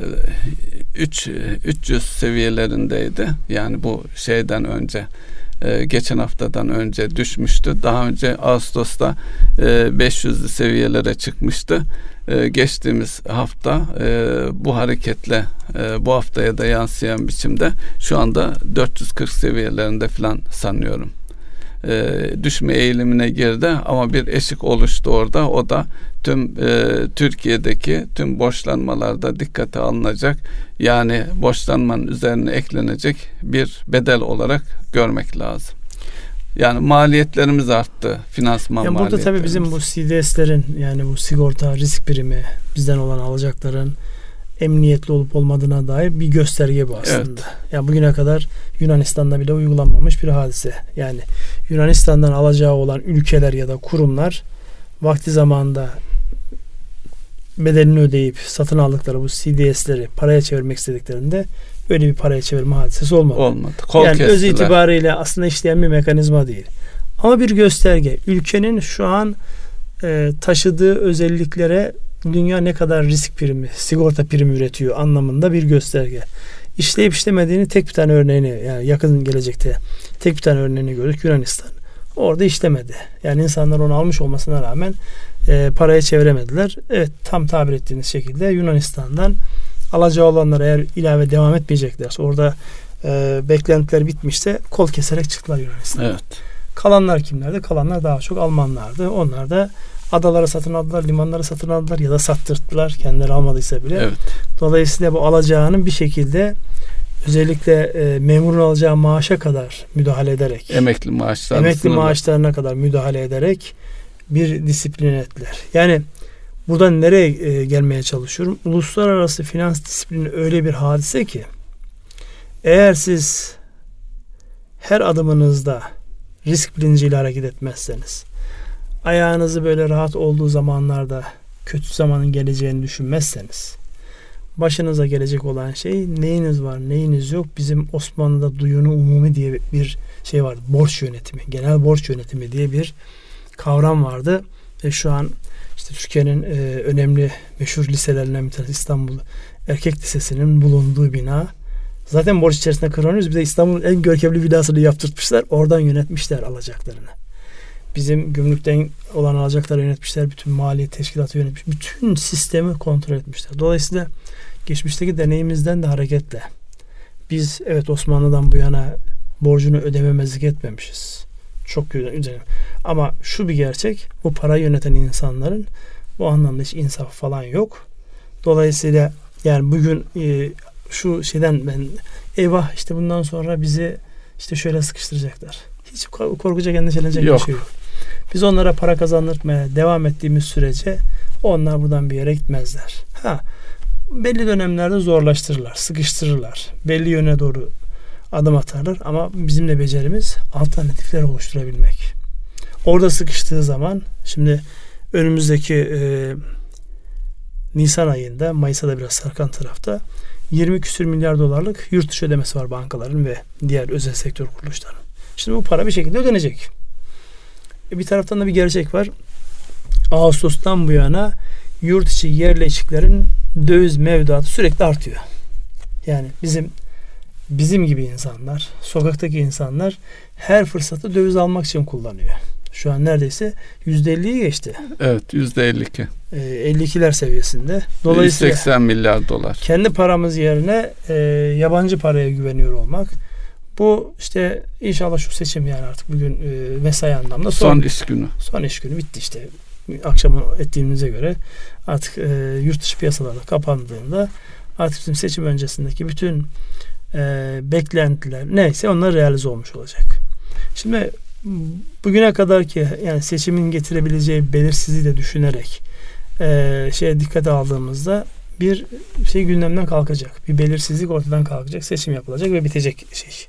üç yüz seviyelerindeydi. Yani bu şeyden önce e, geçen haftadan önce düşmüştü. Daha önce Ağustos'ta e, beş yüzlü seviyelere çıkmıştı. Ee, geçtiğimiz hafta e, bu hareketle e, bu haftaya da yansıyan biçimde şu anda dört yüz kırk seviyelerinde falan sanıyorum. E, düşme eğilimine girdi ama bir eşik oluştu orada. O da tüm e, Türkiye'deki tüm borçlanmalarda dikkate alınacak. Yani borçlanmanın üzerine eklenecek bir bedel olarak görmek lazım. Yani maliyetlerimiz arttı. Finansman yani maliyetlerimiz. burada tabii bizim bu C D S'lerin yani bu sigorta risk primi bizden olan alacakların emniyetli olup olmadığına dair bir gösterge bu aslında. Evet. Yani bugüne kadar Yunanistan'da bile uygulanmamış bir hadise. Yani Yunanistan'dan alacağı olan ülkeler ya da kurumlar vakti zamanında bedelini ödeyip satın aldıkları bu C D S'leri paraya çevirmek istediklerinde öyle bir paraya çevirme hadisesi olmadı. Olmadı. Kol yani kestiler. Öz itibariyle aslında işleyen bir mekanizma değil. Ama bir gösterge. Ülkenin şu an e, taşıdığı özelliklere dünya ne kadar risk primi, sigorta primi üretiyor anlamında bir gösterge. İşleyip işlemediğini tek bir tane örneğini yani yakın gelecekte tek bir tane örneğini gördük Yunanistan. Orada işlemedi. Yani insanlar onu almış olmasına rağmen e, paraya çeviremediler. Evet tam tabir ettiğiniz şekilde Yunanistan'dan alacağı olanlar eğer ilave devam etmeyeceklerse orada e, beklentiler bitmişse kol keserek çıktılar Yunanistan'dan. Evet. Kalanlar kimlerdi? Kalanlar daha çok Almanlardı. Onlar da adaları satın aldılar, limanları satın aldılar ya da sattırttılar kendileri almadıysa bile. Evet. Dolayısıyla bu alacağının bir şekilde özellikle e, memurun alacağı maaşa kadar müdahale ederek emekli maaşlarına emekli maaşlarına kadar müdahale ederek bir disiplin ettiler. Yani buradan nereye e, gelmeye çalışıyorum? Uluslararası finans disiplini öyle bir hadise ki eğer siz her adımınızda risk bilinciyle hareket etmezseniz, ayağınızı böyle rahat olduğu zamanlarda kötü zamanın geleceğini düşünmezseniz, başınıza gelecek olan şey neyiniz var, neyiniz yok. Bizim Osmanlı'da duyunu umumi diye bir şey vardı. Borç yönetimi, genel borç yönetimi diye bir kavram vardı. Ve şu an işte Türkiye'nin e, önemli meşhur liselerinden bir tanesi İstanbul Erkek Lisesi'nin bulunduğu bina. Zaten borç içerisinde kıvranıyoruz. Bir de İstanbul'un en görkemli binasını yaptırtmışlar. Oradan yönetmişler alacaklarını. Bizim gümrükten olan alacakları yönetmişler. Bütün maliye teşkilatı yönetmiş. Bütün sistemi kontrol etmişler. Dolayısıyla geçmişteki deneyimizden de hareketle biz evet Osmanlı'dan bu yana borcunu ödememezlik etmemişiz. Çok güzel. Ama şu bir gerçek. Bu parayı yöneten insanların bu anlamda hiç insafı falan yok. Dolayısıyla yani bugün e, şu şeyden ben eyvah işte bundan sonra bizi işte şöyle sıkıştıracaklar. Hiç korkacak, endişelenecek bir şey yok. Biz onlara para kazandırmaya devam ettiğimiz sürece onlar buradan bir yere gitmezler. Ha, belli dönemlerde zorlaştırırlar, sıkıştırırlar. Belli yöne doğru adım atarlar ama bizim de becerimiz alternatifler oluşturabilmek. Orada sıkıştığı zaman şimdi önümüzdeki e, Nisan ayında, Mayıs'a da biraz sarkan tarafta yirmi küsür milyar dolarlık yurt dışı ödemesi var bankaların ve diğer özel sektör kuruluşlarının. Şimdi bu para bir şekilde ödenecek. E bir taraftan da bir gerçek var. Ağustos'tan bu yana yurt içi yerleşiklerin döviz mevduatı sürekli artıyor. Yani bizim bizim gibi insanlar, sokaktaki insanlar her fırsatı döviz almak için kullanıyor. Şu an neredeyse yüzde elliyi geçti. Evet, yüzde elli iki. E, elli ikiler seviyesinde. Dolayısıyla yüz seksen milyar dolar. Kendi paramız yerine e, yabancı paraya güveniyor olmak. Bu işte inşallah şu seçim yani artık bugün e, mesai anlamda son, son iş günü. Son iş günü bitti işte. Akşamı ettiğimize göre artık e, yurt dışı piyasalarında kapandığında artık bizim seçim öncesindeki bütün e, beklentiler neyse onlar realize olmuş olacak. Şimdi bugüne kadar ki yani seçimin getirebileceği belirsizliği de düşünerek e, şeye dikkat aldığımızda bir şey gündemden kalkacak. Bir belirsizlik ortadan kalkacak. Seçim yapılacak ve bitecek şey.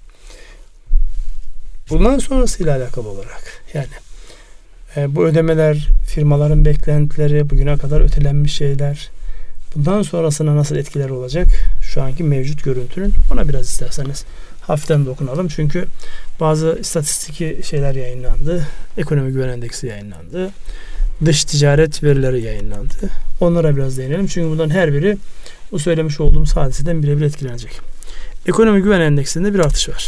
Bundan sonrasıyla alakalı olarak yani e, bu ödemeler, firmaların beklentileri, bugüne kadar ötelenmiş şeyler, bundan sonrasına nasıl etkiler olacak? Şu anki mevcut görüntünün, ona biraz isterseniz hafiften dokunalım. Çünkü bazı istatistiki şeyler yayınlandı. Ekonomi Güven Endeksi yayınlandı. Dış ticaret verileri yayınlandı. Onlara biraz değinelim. Çünkü bundan her biri bu söylemiş olduğumuz hadiseden birebir etkilenecek. Ekonomi Güven Endeksinde bir artış var.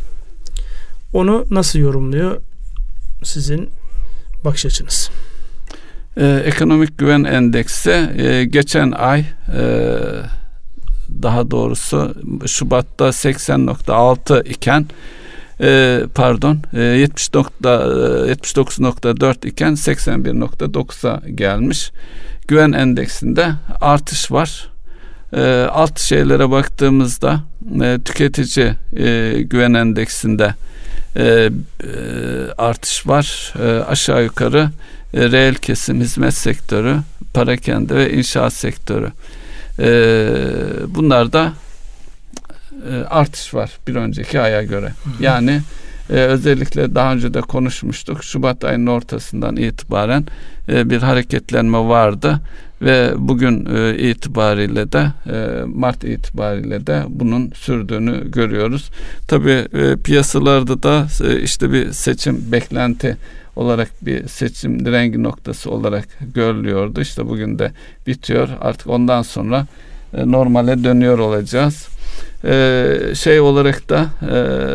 Onu nasıl yorumluyor sizin bakış açınız? Ee, Ekonomik Güven Endeksi e, geçen ay e, daha doğrusu Şubat'ta seksen nokta altı iken e, pardon e, yetmiş dokuz nokta dört iken seksen bir nokta dokuza gelmiş. Güven endeksinde artış var. E, alt şeylere baktığımızda e, tüketici e, güven endeksinde e, e, artış var. E, aşağı yukarı e, reel kesim, hizmet sektörü, parakende ve inşaat sektörü. Ee, bunlarda e, artış var bir önceki aya göre. Hı hı. Yani e, özellikle daha önce de konuşmuştuk. Şubat ayının ortasından itibaren e, bir hareketlenme vardı ve bugün e, itibariyle de e, Mart itibariyle de bunun sürdüğünü görüyoruz. Tabii e, piyasalarda da e, işte bir seçim beklenti olarak bir seçim direngi noktası olarak görülüyordu. İşte bugün de bitiyor. Artık ondan sonra e, normale dönüyor olacağız. E, şey olarak da e,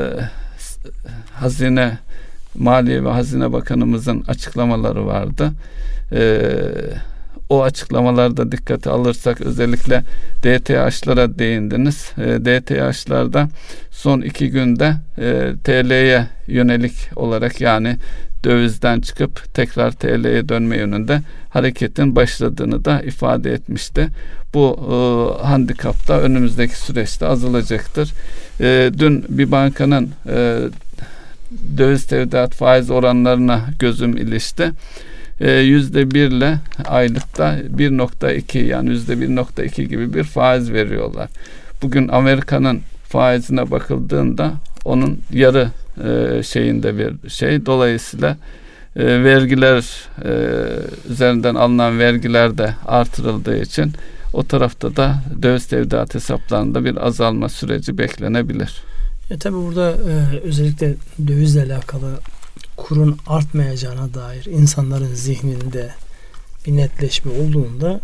Hazine, Maliye ve Hazine Bakanımızın açıklamaları vardı. E, o açıklamalarda dikkate alırsak özellikle D T H'lara değindiniz. E, D T H'larda son iki günde e, T L'ye yönelik olarak yani dövizden çıkıp tekrar T L'ye dönme yönünde hareketin başladığını da ifade etmişti. Bu e, handikap da önümüzdeki süreçte azalacaktır. E, dün bir bankanın e, döviz tevdiat faiz oranlarına gözüm ilişti. Yüzde bir ile aylıkta bir nokta iki yani yüzde bir nokta iki gibi bir faiz veriyorlar. Bugün Amerika'nın faizine bakıldığında onun yarı e, şeyinde bir şey. Dolayısıyla e, vergiler e, üzerinden alınan vergiler de artırıldığı için o tarafta da döviz tevdiat hesaplarında bir azalma süreci beklenebilir. E, tabii burada e, özellikle dövizle alakalı kurun artmayacağına dair insanların zihninde bir netleşme olduğunda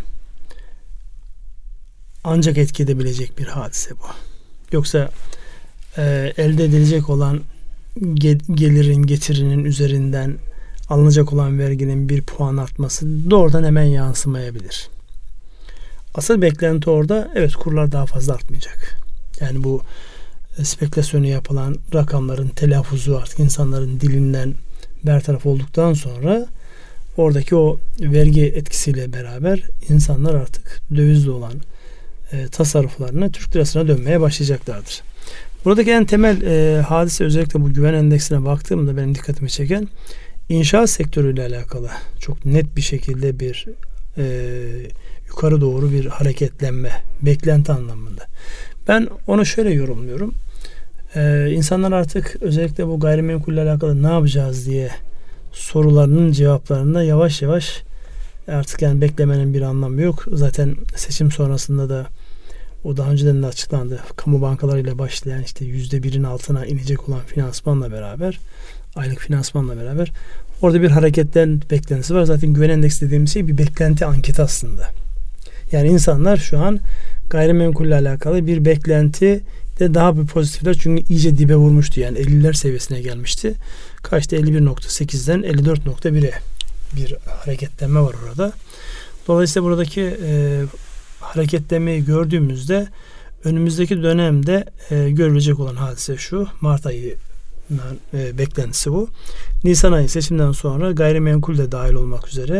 ancak etki edebilecek bir hadise bu. Yoksa e, elde edilecek olan ge- gelirin, getirinin üzerinden alınacak olan verginin bir puan artması doğrudan hemen yansımayabilir. Asıl beklenti orada evet kurlar daha fazla artmayacak. Yani bu spekülasyonu yapılan rakamların telaffuzu artık insanların dilinden bertaraf olduktan sonra oradaki o vergi etkisiyle beraber insanlar artık dövizle olan e, tasarruflarına Türk lirasına dönmeye başlayacaklardır. Buradaki en temel e, hadise özellikle bu güven endeksine baktığımda benim dikkatimi çeken inşaat sektörüyle alakalı çok net bir şekilde bir e, yukarı doğru bir hareketlenme beklenti anlamında. Ben onu şöyle yorumluyorum. Ee, insanlar artık özellikle bu gayrimenkulle alakalı ne yapacağız diye sorularının cevaplarında yavaş yavaş artık yani beklemenin bir anlamı yok. Zaten seçim sonrasında da o daha önceden de açıklandı. Kamu bankalarıyla başlayan işte yüzde birin altına inecek olan finansmanla beraber aylık finansmanla beraber orada bir hareketten beklentisi var. Zaten güven endeksi dediğimiz şey bir beklenti anketi aslında. Yani insanlar şu an gayrimenkulle alakalı bir beklenti de daha bir pozitifler çünkü iyice dibe vurmuştu yani elliler seviyesine gelmişti. Kaçta elli bir nokta sekizden elli dört nokta bire bir hareketlenme var orada. Dolayısıyla buradaki e, hareketlenmeyi gördüğümüzde önümüzdeki dönemde e, görülecek olan hadise şu. Mart ayı e, beklentisi bu. Nisan ayı seçimden sonra gayrimenkul de dahil olmak üzere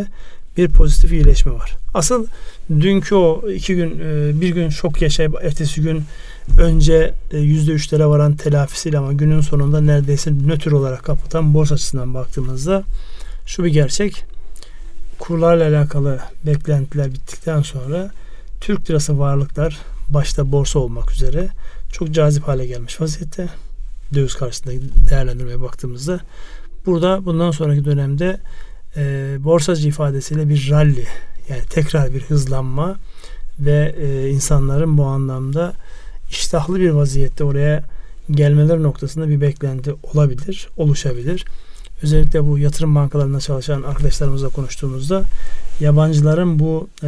bir pozitif iyileşme var. Asıl dünkü o iki gün bir gün şok yaşayıp ertesi gün önce yüzde üçlere varan telafisiyle ama günün sonunda neredeyse nötr olarak kapatan borsa açısından baktığımızda şu bir gerçek. Kurlarla alakalı beklentiler bittikten sonra Türk lirası varlıklar başta borsa olmak üzere çok cazip hale gelmiş vaziyette. Döviz karşısında değerlendirmeye baktığımızda burada bundan sonraki dönemde e, borsacı ifadesiyle bir rally, yani tekrar bir hızlanma ve e, insanların bu anlamda iştahlı bir vaziyette oraya gelmeleri noktasında bir beklenti olabilir, oluşabilir. Özellikle bu yatırım bankalarında çalışan arkadaşlarımızla konuştuğumuzda yabancıların bu e,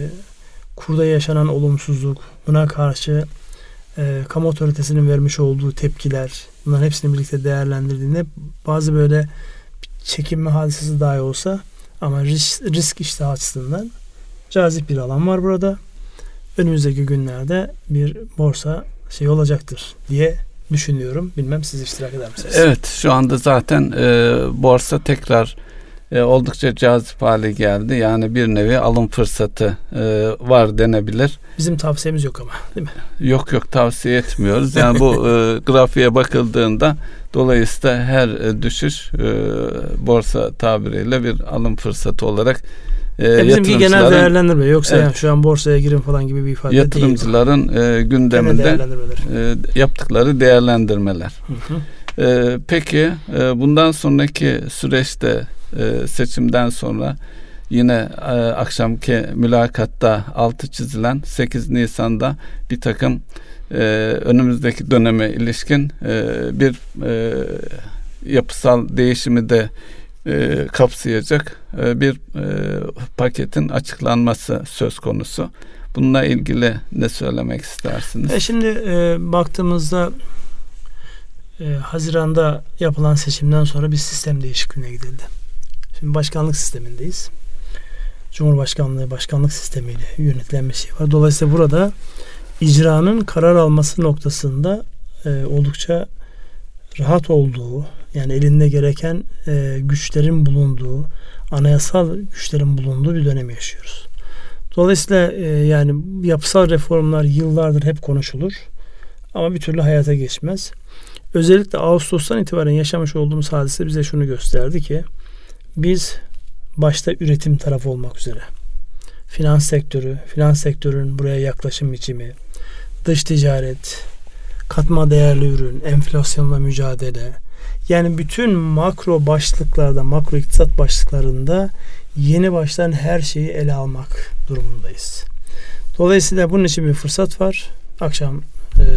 kurda yaşanan olumsuzluk, buna karşı e, kamu otoritesinin vermiş olduğu tepkiler, bunların hepsini birlikte değerlendirdiğinde bazı böyle çekinme hadisesi dahi olsa ama risk, risk iştahı açısından cazip bir alan var burada. Önümüzdeki günlerde bir borsa şey olacaktır diye düşünüyorum. Bilmem siz iştirak eder misiniz? Evet, şu anda zaten e, borsa tekrar e, oldukça cazip hale geldi. Yani bir nevi alım fırsatı e, var denebilir. Bizim tavsiyemiz yok ama, değil mi? Yok yok, tavsiye etmiyoruz. Yani bu e, grafiğe bakıldığında dolayısıyla her e, düşüş e, borsa tabiriyle bir alım fırsatı olarak e, ya bizimki genel değerlendirme. Yoksa evet, yani şu an borsaya girin falan gibi bir ifade yatırımcıların değil. Yatırımcıların e, gündeminde e, yaptıkları değerlendirmeler. Hı hı. E, peki e, bundan sonraki süreçte e, seçimden sonra yine e, akşamki mülakatta altı çizilen sekiz Nisan'da bir takım e, önümüzdeki döneme ilişkin e, bir e, yapısal değişimi de e, kapsayacak e, bir e, paketin açıklanması söz konusu. Bununla ilgili ne söylemek istersiniz? E şimdi e, baktığımızda e, Haziran'da yapılan seçimden sonra bir sistem değişikliğine gidildi. Şimdi başkanlık sistemindeyiz. Cumhurbaşkanlığı başkanlık sistemiyle yönetilen bir şey var. Dolayısıyla burada icranın karar alması noktasında e, oldukça rahat olduğu, yani elinde gereken e, güçlerin bulunduğu, anayasal güçlerin bulunduğu bir dönem yaşıyoruz. Dolayısıyla e, yani yapısal reformlar yıllardır hep konuşulur ama bir türlü hayata geçmez. Özellikle Ağustos'tan itibaren yaşamış olduğumuz hadise bize şunu gösterdi ki biz başta üretim tarafı olmak üzere finans sektörü, finans sektörünün buraya yaklaşım biçimi, dış ticaret, katma değerli ürün, enflasyonla mücadele, yani bütün makro başlıklarda, makro iktisat başlıklarında yeni baştan her şeyi ele almak durumundayız. Dolayısıyla bunun için bir fırsat var. Akşam e,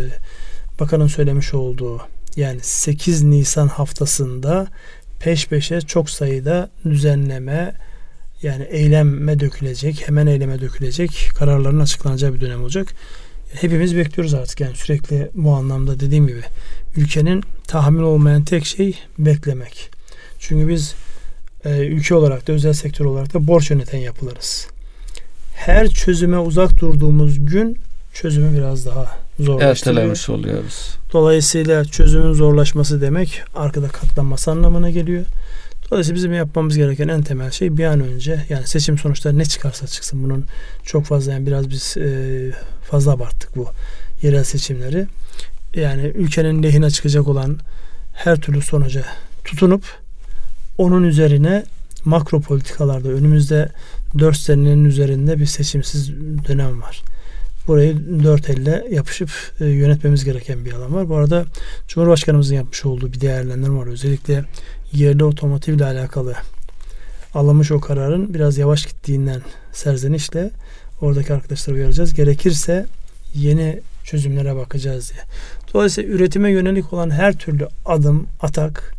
bakanın söylemiş olduğu, yani sekiz Nisan haftasında peş peşe çok sayıda düzenleme, yani eyleme dökülecek, hemen eyleme dökülecek kararların açıklanacağı bir dönem olacak. Hepimiz bekliyoruz artık, yani sürekli bu anlamda dediğim gibi ülkenin tahammül olmayan tek şey beklemek. Çünkü biz e, ülke olarak da özel sektör olarak da borç yöneten yapılarız. Her çözüme uzak durduğumuz gün çözümü biraz daha zorlaştırıyor. Ertelemiş oluyoruz. Dolayısıyla çözümün zorlaşması demek arkada katlanması anlamına geliyor. Dolayısıyla bizim yapmamız gereken en temel şey bir an önce, yani seçim sonuçları ne çıkarsa çıksın, bunun çok fazla, yani biraz biz e, fazla abarttık bu yerel seçimleri. Yani ülkenin lehine çıkacak olan her türlü sonuca tutunup onun üzerine makro politikalarda önümüzde dört senenin üzerinde bir seçimsiz dönem var. Burayı dört elle yapışıp e, yönetmemiz gereken bir alan var. Bu arada Cumhurbaşkanımızın yapmış olduğu bir değerlendirme var. Özellikle yerli otomotiv ile alakalı alınmış o kararın biraz yavaş gittiğinden serzenişle oradaki arkadaşları uyaracağız. Gerekirse yeni çözümlere bakacağız diye. Dolayısıyla üretime yönelik olan her türlü adım, atak,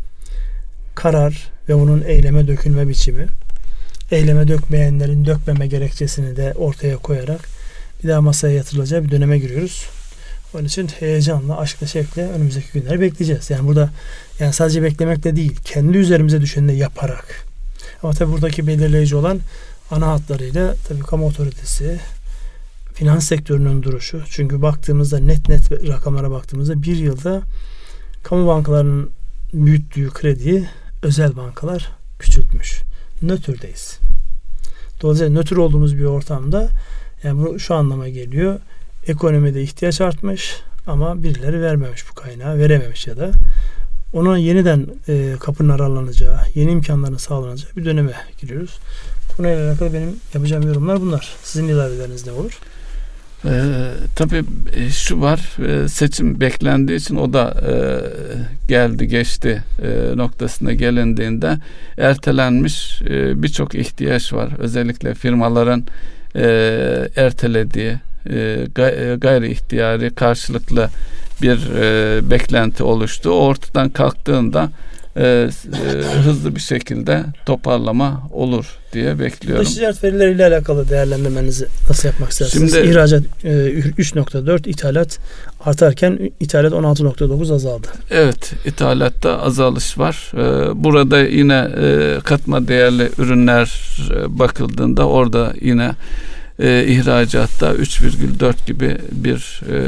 karar ve bunun eyleme dökülme biçimi, eyleme dökmeyenlerin dökmeme gerekçesini de ortaya koyarak bir daha masaya yatırılacağı bir döneme giriyoruz. Onun için heyecanla, aşkla, şevkle önümüzdeki günleri bekleyeceğiz. Yani burada yani sadece beklemekle değil, kendi üzerimize düşeni de yaparak. Ama tabii buradaki belirleyici olan ana hatlarıyla tabii kamu otoritesi, finans sektörünün duruşu. Çünkü baktığımızda net net rakamlara baktığımızda bir yılda kamu bankalarının büyüttüğü krediyi özel bankalar küçültmüş. Nötrdeyiz. Dolayısıyla nötr olduğumuz bir ortamda yani bu şu anlama geliyor. Ekonomide ihtiyaç artmış ama birileri vermemiş bu kaynağı, verememiş ya da ona yeniden e, kapının aralanacağı, yeni imkanların sağlanacağı bir döneme giriyoruz. Konuyla alakalı benim yapacağım yorumlar bunlar. Sizin ilaveleriniz ne olur? Ee, tabii şu var, e, seçim beklendiği için o da e, geldi geçti e, noktasına gelindiğinde ertelenmiş e, birçok ihtiyaç var. Özellikle firmaların e, ertelediği e, gayri ihtiyari karşılıklı bir e, beklenti oluştu. O ortadan kalktığında e, e, hızlı bir şekilde toparlama olur diye bekliyorum. Dış ticaret verileriyle alakalı değerlendirmenizi nasıl yapmak istersiniz? Şimdi, İhracat e, üç nokta dört, ithalat artarken ithalat on altı nokta dokuz azaldı. Evet, ithalatta azalış var. Ee, burada yine e, katma değerli ürünler e, bakıldığında orada yine e, ihracatta üç virgül dört gibi bir e,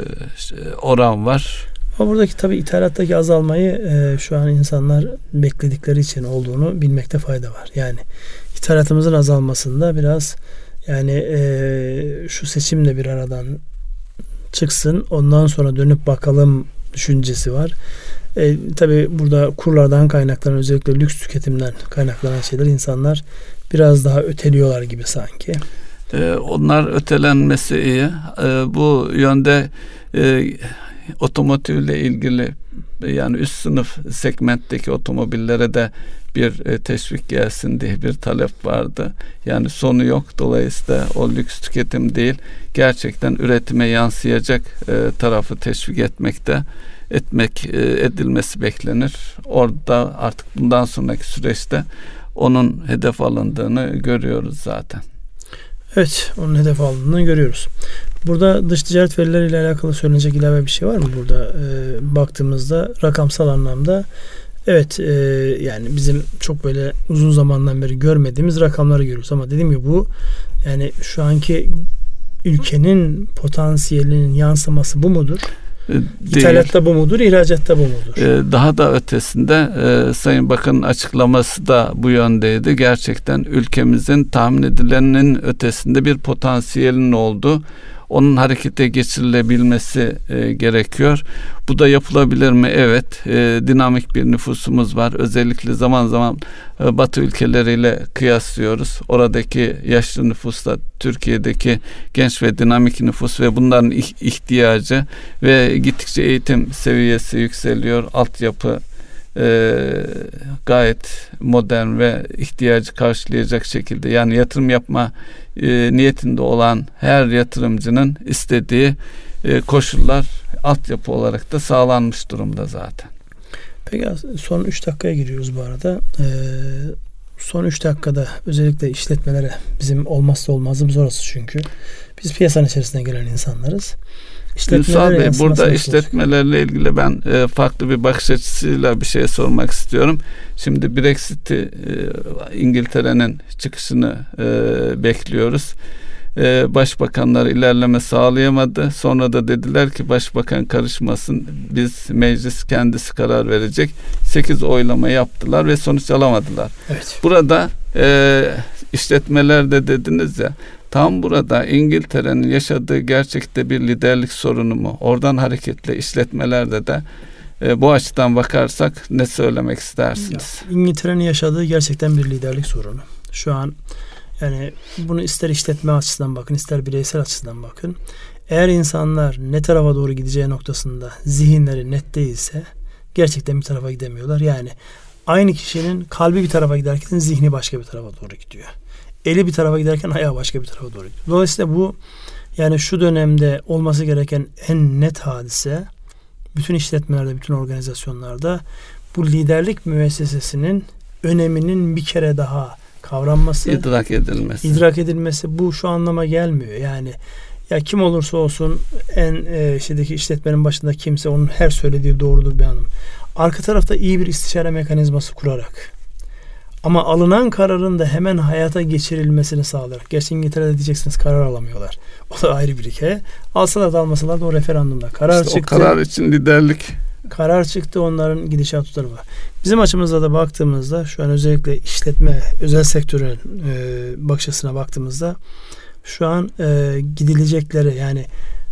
oran var. Ama buradaki tabii ithalattaki azalmayı e, şu an insanlar bekledikleri için olduğunu bilmekte fayda var. Yani ithalatımızın azalmasında biraz yani e, şu seçimle bir aradan çıksın, ondan sonra dönüp bakalım düşüncesi var. E, tabii burada kurlardan kaynaklanan, özellikle lüks tüketimden kaynaklanan şeyler insanlar biraz daha öteliyorlar gibi sanki. E, onlar ötelenmesi iyi. E, bu yönde e, otomotivle ilgili yani üst sınıf segmentteki otomobillere de bir e, teşvik gelsin diye bir talep vardı. Yani sonu yok. Dolayısıyla o lüks tüketim değil, gerçekten üretime yansıyacak e, tarafı teşvik etmekte etmek e, edilmesi beklenir. Orada artık bundan sonraki süreçte onun hedef alındığını görüyoruz zaten. Evet, onun hedef alındığını görüyoruz. Burada dış ticaret verileriyle alakalı söylenecek ilave bir şey var mı burada? E, baktığımızda rakamsal anlamda evet, e, yani bizim çok böyle uzun zamandan beri görmediğimiz rakamları görüyoruz ama dediğim gibi bu yani şu anki ülkenin potansiyelinin yansıması bu mudur? İthalatta bu mudur, ihracatta bu mudur? Ee, daha da ötesinde e, Sayın Bakan'ın açıklaması da bu yöndeydi. Gerçekten ülkemizin tahmin edilenin ötesinde bir potansiyelin olduğu, onun harekete geçirilebilmesi e, gerekiyor. Bu da yapılabilir mi? Evet. E, dinamik bir nüfusumuz var. Özellikle zaman zaman e, Batı ülkeleriyle kıyaslıyoruz. Oradaki yaşlı nüfusla Türkiye'deki genç ve dinamik nüfus ve bunların ihtiyacı ve gittikçe eğitim seviyesi yükseliyor. Altyapı e, gayet modern ve ihtiyacı karşılayacak şekilde, yani yatırım yapma e, niyetinde olan her yatırımcının istediği e, koşullar altyapı olarak da sağlanmış durumda zaten. Peki son üç dakikaya giriyoruz bu arada. Ee, son üç dakikada özellikle işletmelere, bizim olmazsa olmazımız orası çünkü. Biz piyasanın içerisine gelen insanlarız. Ünsal Bey, burada işletmelerle ilgili ben e, farklı bir bakış açısıyla bir şey sormak istiyorum. Şimdi Brexit'i, e, İngiltere'nin çıkışını e, bekliyoruz. E, başbakanlar ilerleme sağlayamadı. Sonra da dediler ki başbakan karışmasın, biz meclis kendisi karar verecek. sekiz oylama yaptılar ve sonuç alamadılar. Evet. Burada e, işletmelerde dediniz ya, tam burada İngiltere'nin yaşadığı gerçekte bir liderlik sorunu mu? Oradan hareketle işletmelerde de e, bu açıdan bakarsak ne söylemek istersiniz? Ya, İngiltere'nin yaşadığı gerçekten bir liderlik sorunu. Şu an yani bunu ister işletme açısından bakın, ister bireysel açıdan bakın. Eğer insanlar ne tarafa doğru gideceği noktasında zihinleri net değilse gerçekten bir tarafa gidemiyorlar. Yani aynı kişinin kalbi bir tarafa giderken zihni başka bir tarafa doğru gidiyor. Eli bir tarafa giderken ayağı başka bir tarafa doğru gidiyor. Dolayısıyla bu yani şu dönemde olması gereken en net hadise, bütün işletmelerde, bütün organizasyonlarda bu liderlik müessesesinin öneminin bir kere daha kavranması, idrak edilmesi. idrak edilmesi. Bu şu anlama gelmiyor. Yani ya kim olursa olsun en e, şeydeki işletmenin başında kimse, onun her söylediği doğrudur bir anlam. Arka tarafta iyi bir istişare mekanizması kurarak ama alınan kararın da hemen hayata geçirilmesini sağlayarak. Gerçi İngiltere'de diyeceksiniz karar alamıyorlar. O da ayrı bir hikaye. Alsalar da almasalar da o referandumda karar işte çıktı. O karar için liderlik karar çıktı. Onların gidişat tutarı var. Bizim açımızda da baktığımızda şu an özellikle işletme, özel sektörün e, bakış açısına baktığımızda şu an e, gidilecekleri, yani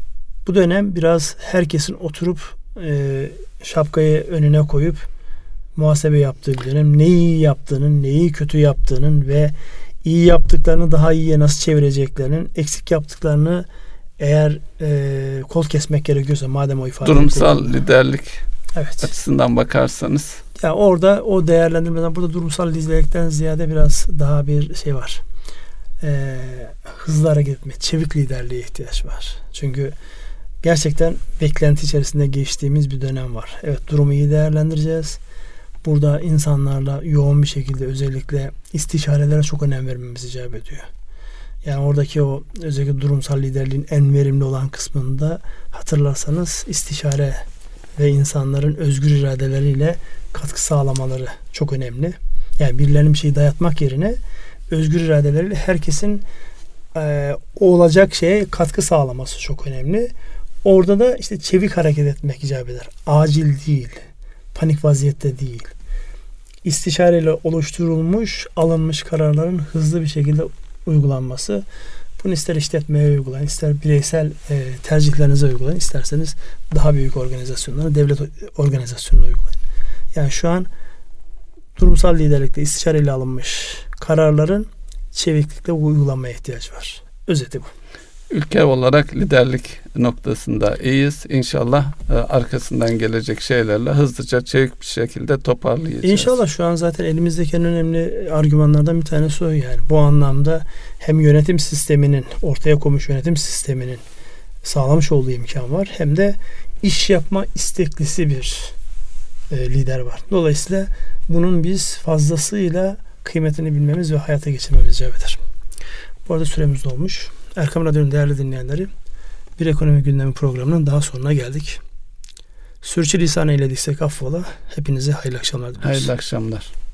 bu dönem biraz herkesin oturup e, şapkayı önüne koyup muhasebe yaptığı bir dönem. Neyi iyi yaptığının, neyi kötü yaptığının ve iyi yaptıklarını daha iyiye nasıl çevireceklerinin, eksik yaptıklarını eğer e, kol kesmek gerekiyorsa, madem o ifade durumsal edildi, liderlik evet, açısından bakarsanız. Ya orada o değerlendirmeden, burada durumsal liderlikten ziyade biraz daha bir şey var. E, hızlı hareket etme, çevik liderliğe ihtiyaç var. Çünkü gerçekten beklenti içerisinde geçtiğimiz bir dönem var. Evet, durumu iyi değerlendireceğiz. Burada insanlarla yoğun bir şekilde özellikle istişarelere çok önem vermemiz icap ediyor. Yani oradaki o özellikle durumsal liderliğin en verimli olan kısmında hatırlarsanız istişare ve insanların özgür iradeleriyle katkı sağlamaları çok önemli. Yani birilerinin bir şeyi dayatmak yerine özgür iradeleriyle herkesin e, olacak şeye katkı sağlaması çok önemli. Orada da işte çevik hareket etmek icap eder. Acil değil, panik vaziyette değil. İstişareyle oluşturulmuş, alınmış kararların hızlı bir şekilde uygulanması. Bunu ister işletmeye uygulayın, ister bireysel e, tercihlerinize uygulayın, isterseniz daha büyük organizasyonlara, devlet organizasyonuna uygulayın. Yani şu an durumsal liderlikte istişareyle alınmış kararların çeviklikle uygulanmaya ihtiyaç var. Özeti bu. Ülke olarak liderlik noktasında iyiyiz. İnşallah e, arkasından gelecek şeylerle hızlıca, çevik bir şekilde toparlayacağız. İnşallah. Şu an zaten elimizdeki en önemli argümanlardan bir tanesi o yani. Bu anlamda hem yönetim sisteminin, ortaya konmuş yönetim sisteminin sağlamış olduğu imkan var, hem de iş yapma isteklisi bir e, lider var. Dolayısıyla bunun biz fazlasıyla kıymetini bilmemiz ve hayata geçirmemiz icap eder. Bu arada süremiz dolmuş. Erkam Radyo'nun değerli dinleyenleri, Bir Ekonomi Gündemi programının daha sonuna geldik. Sürçülisan eylediysek affola. Hepinize hayırlı akşamlar diliyoruz. Hayırlı akşamlar.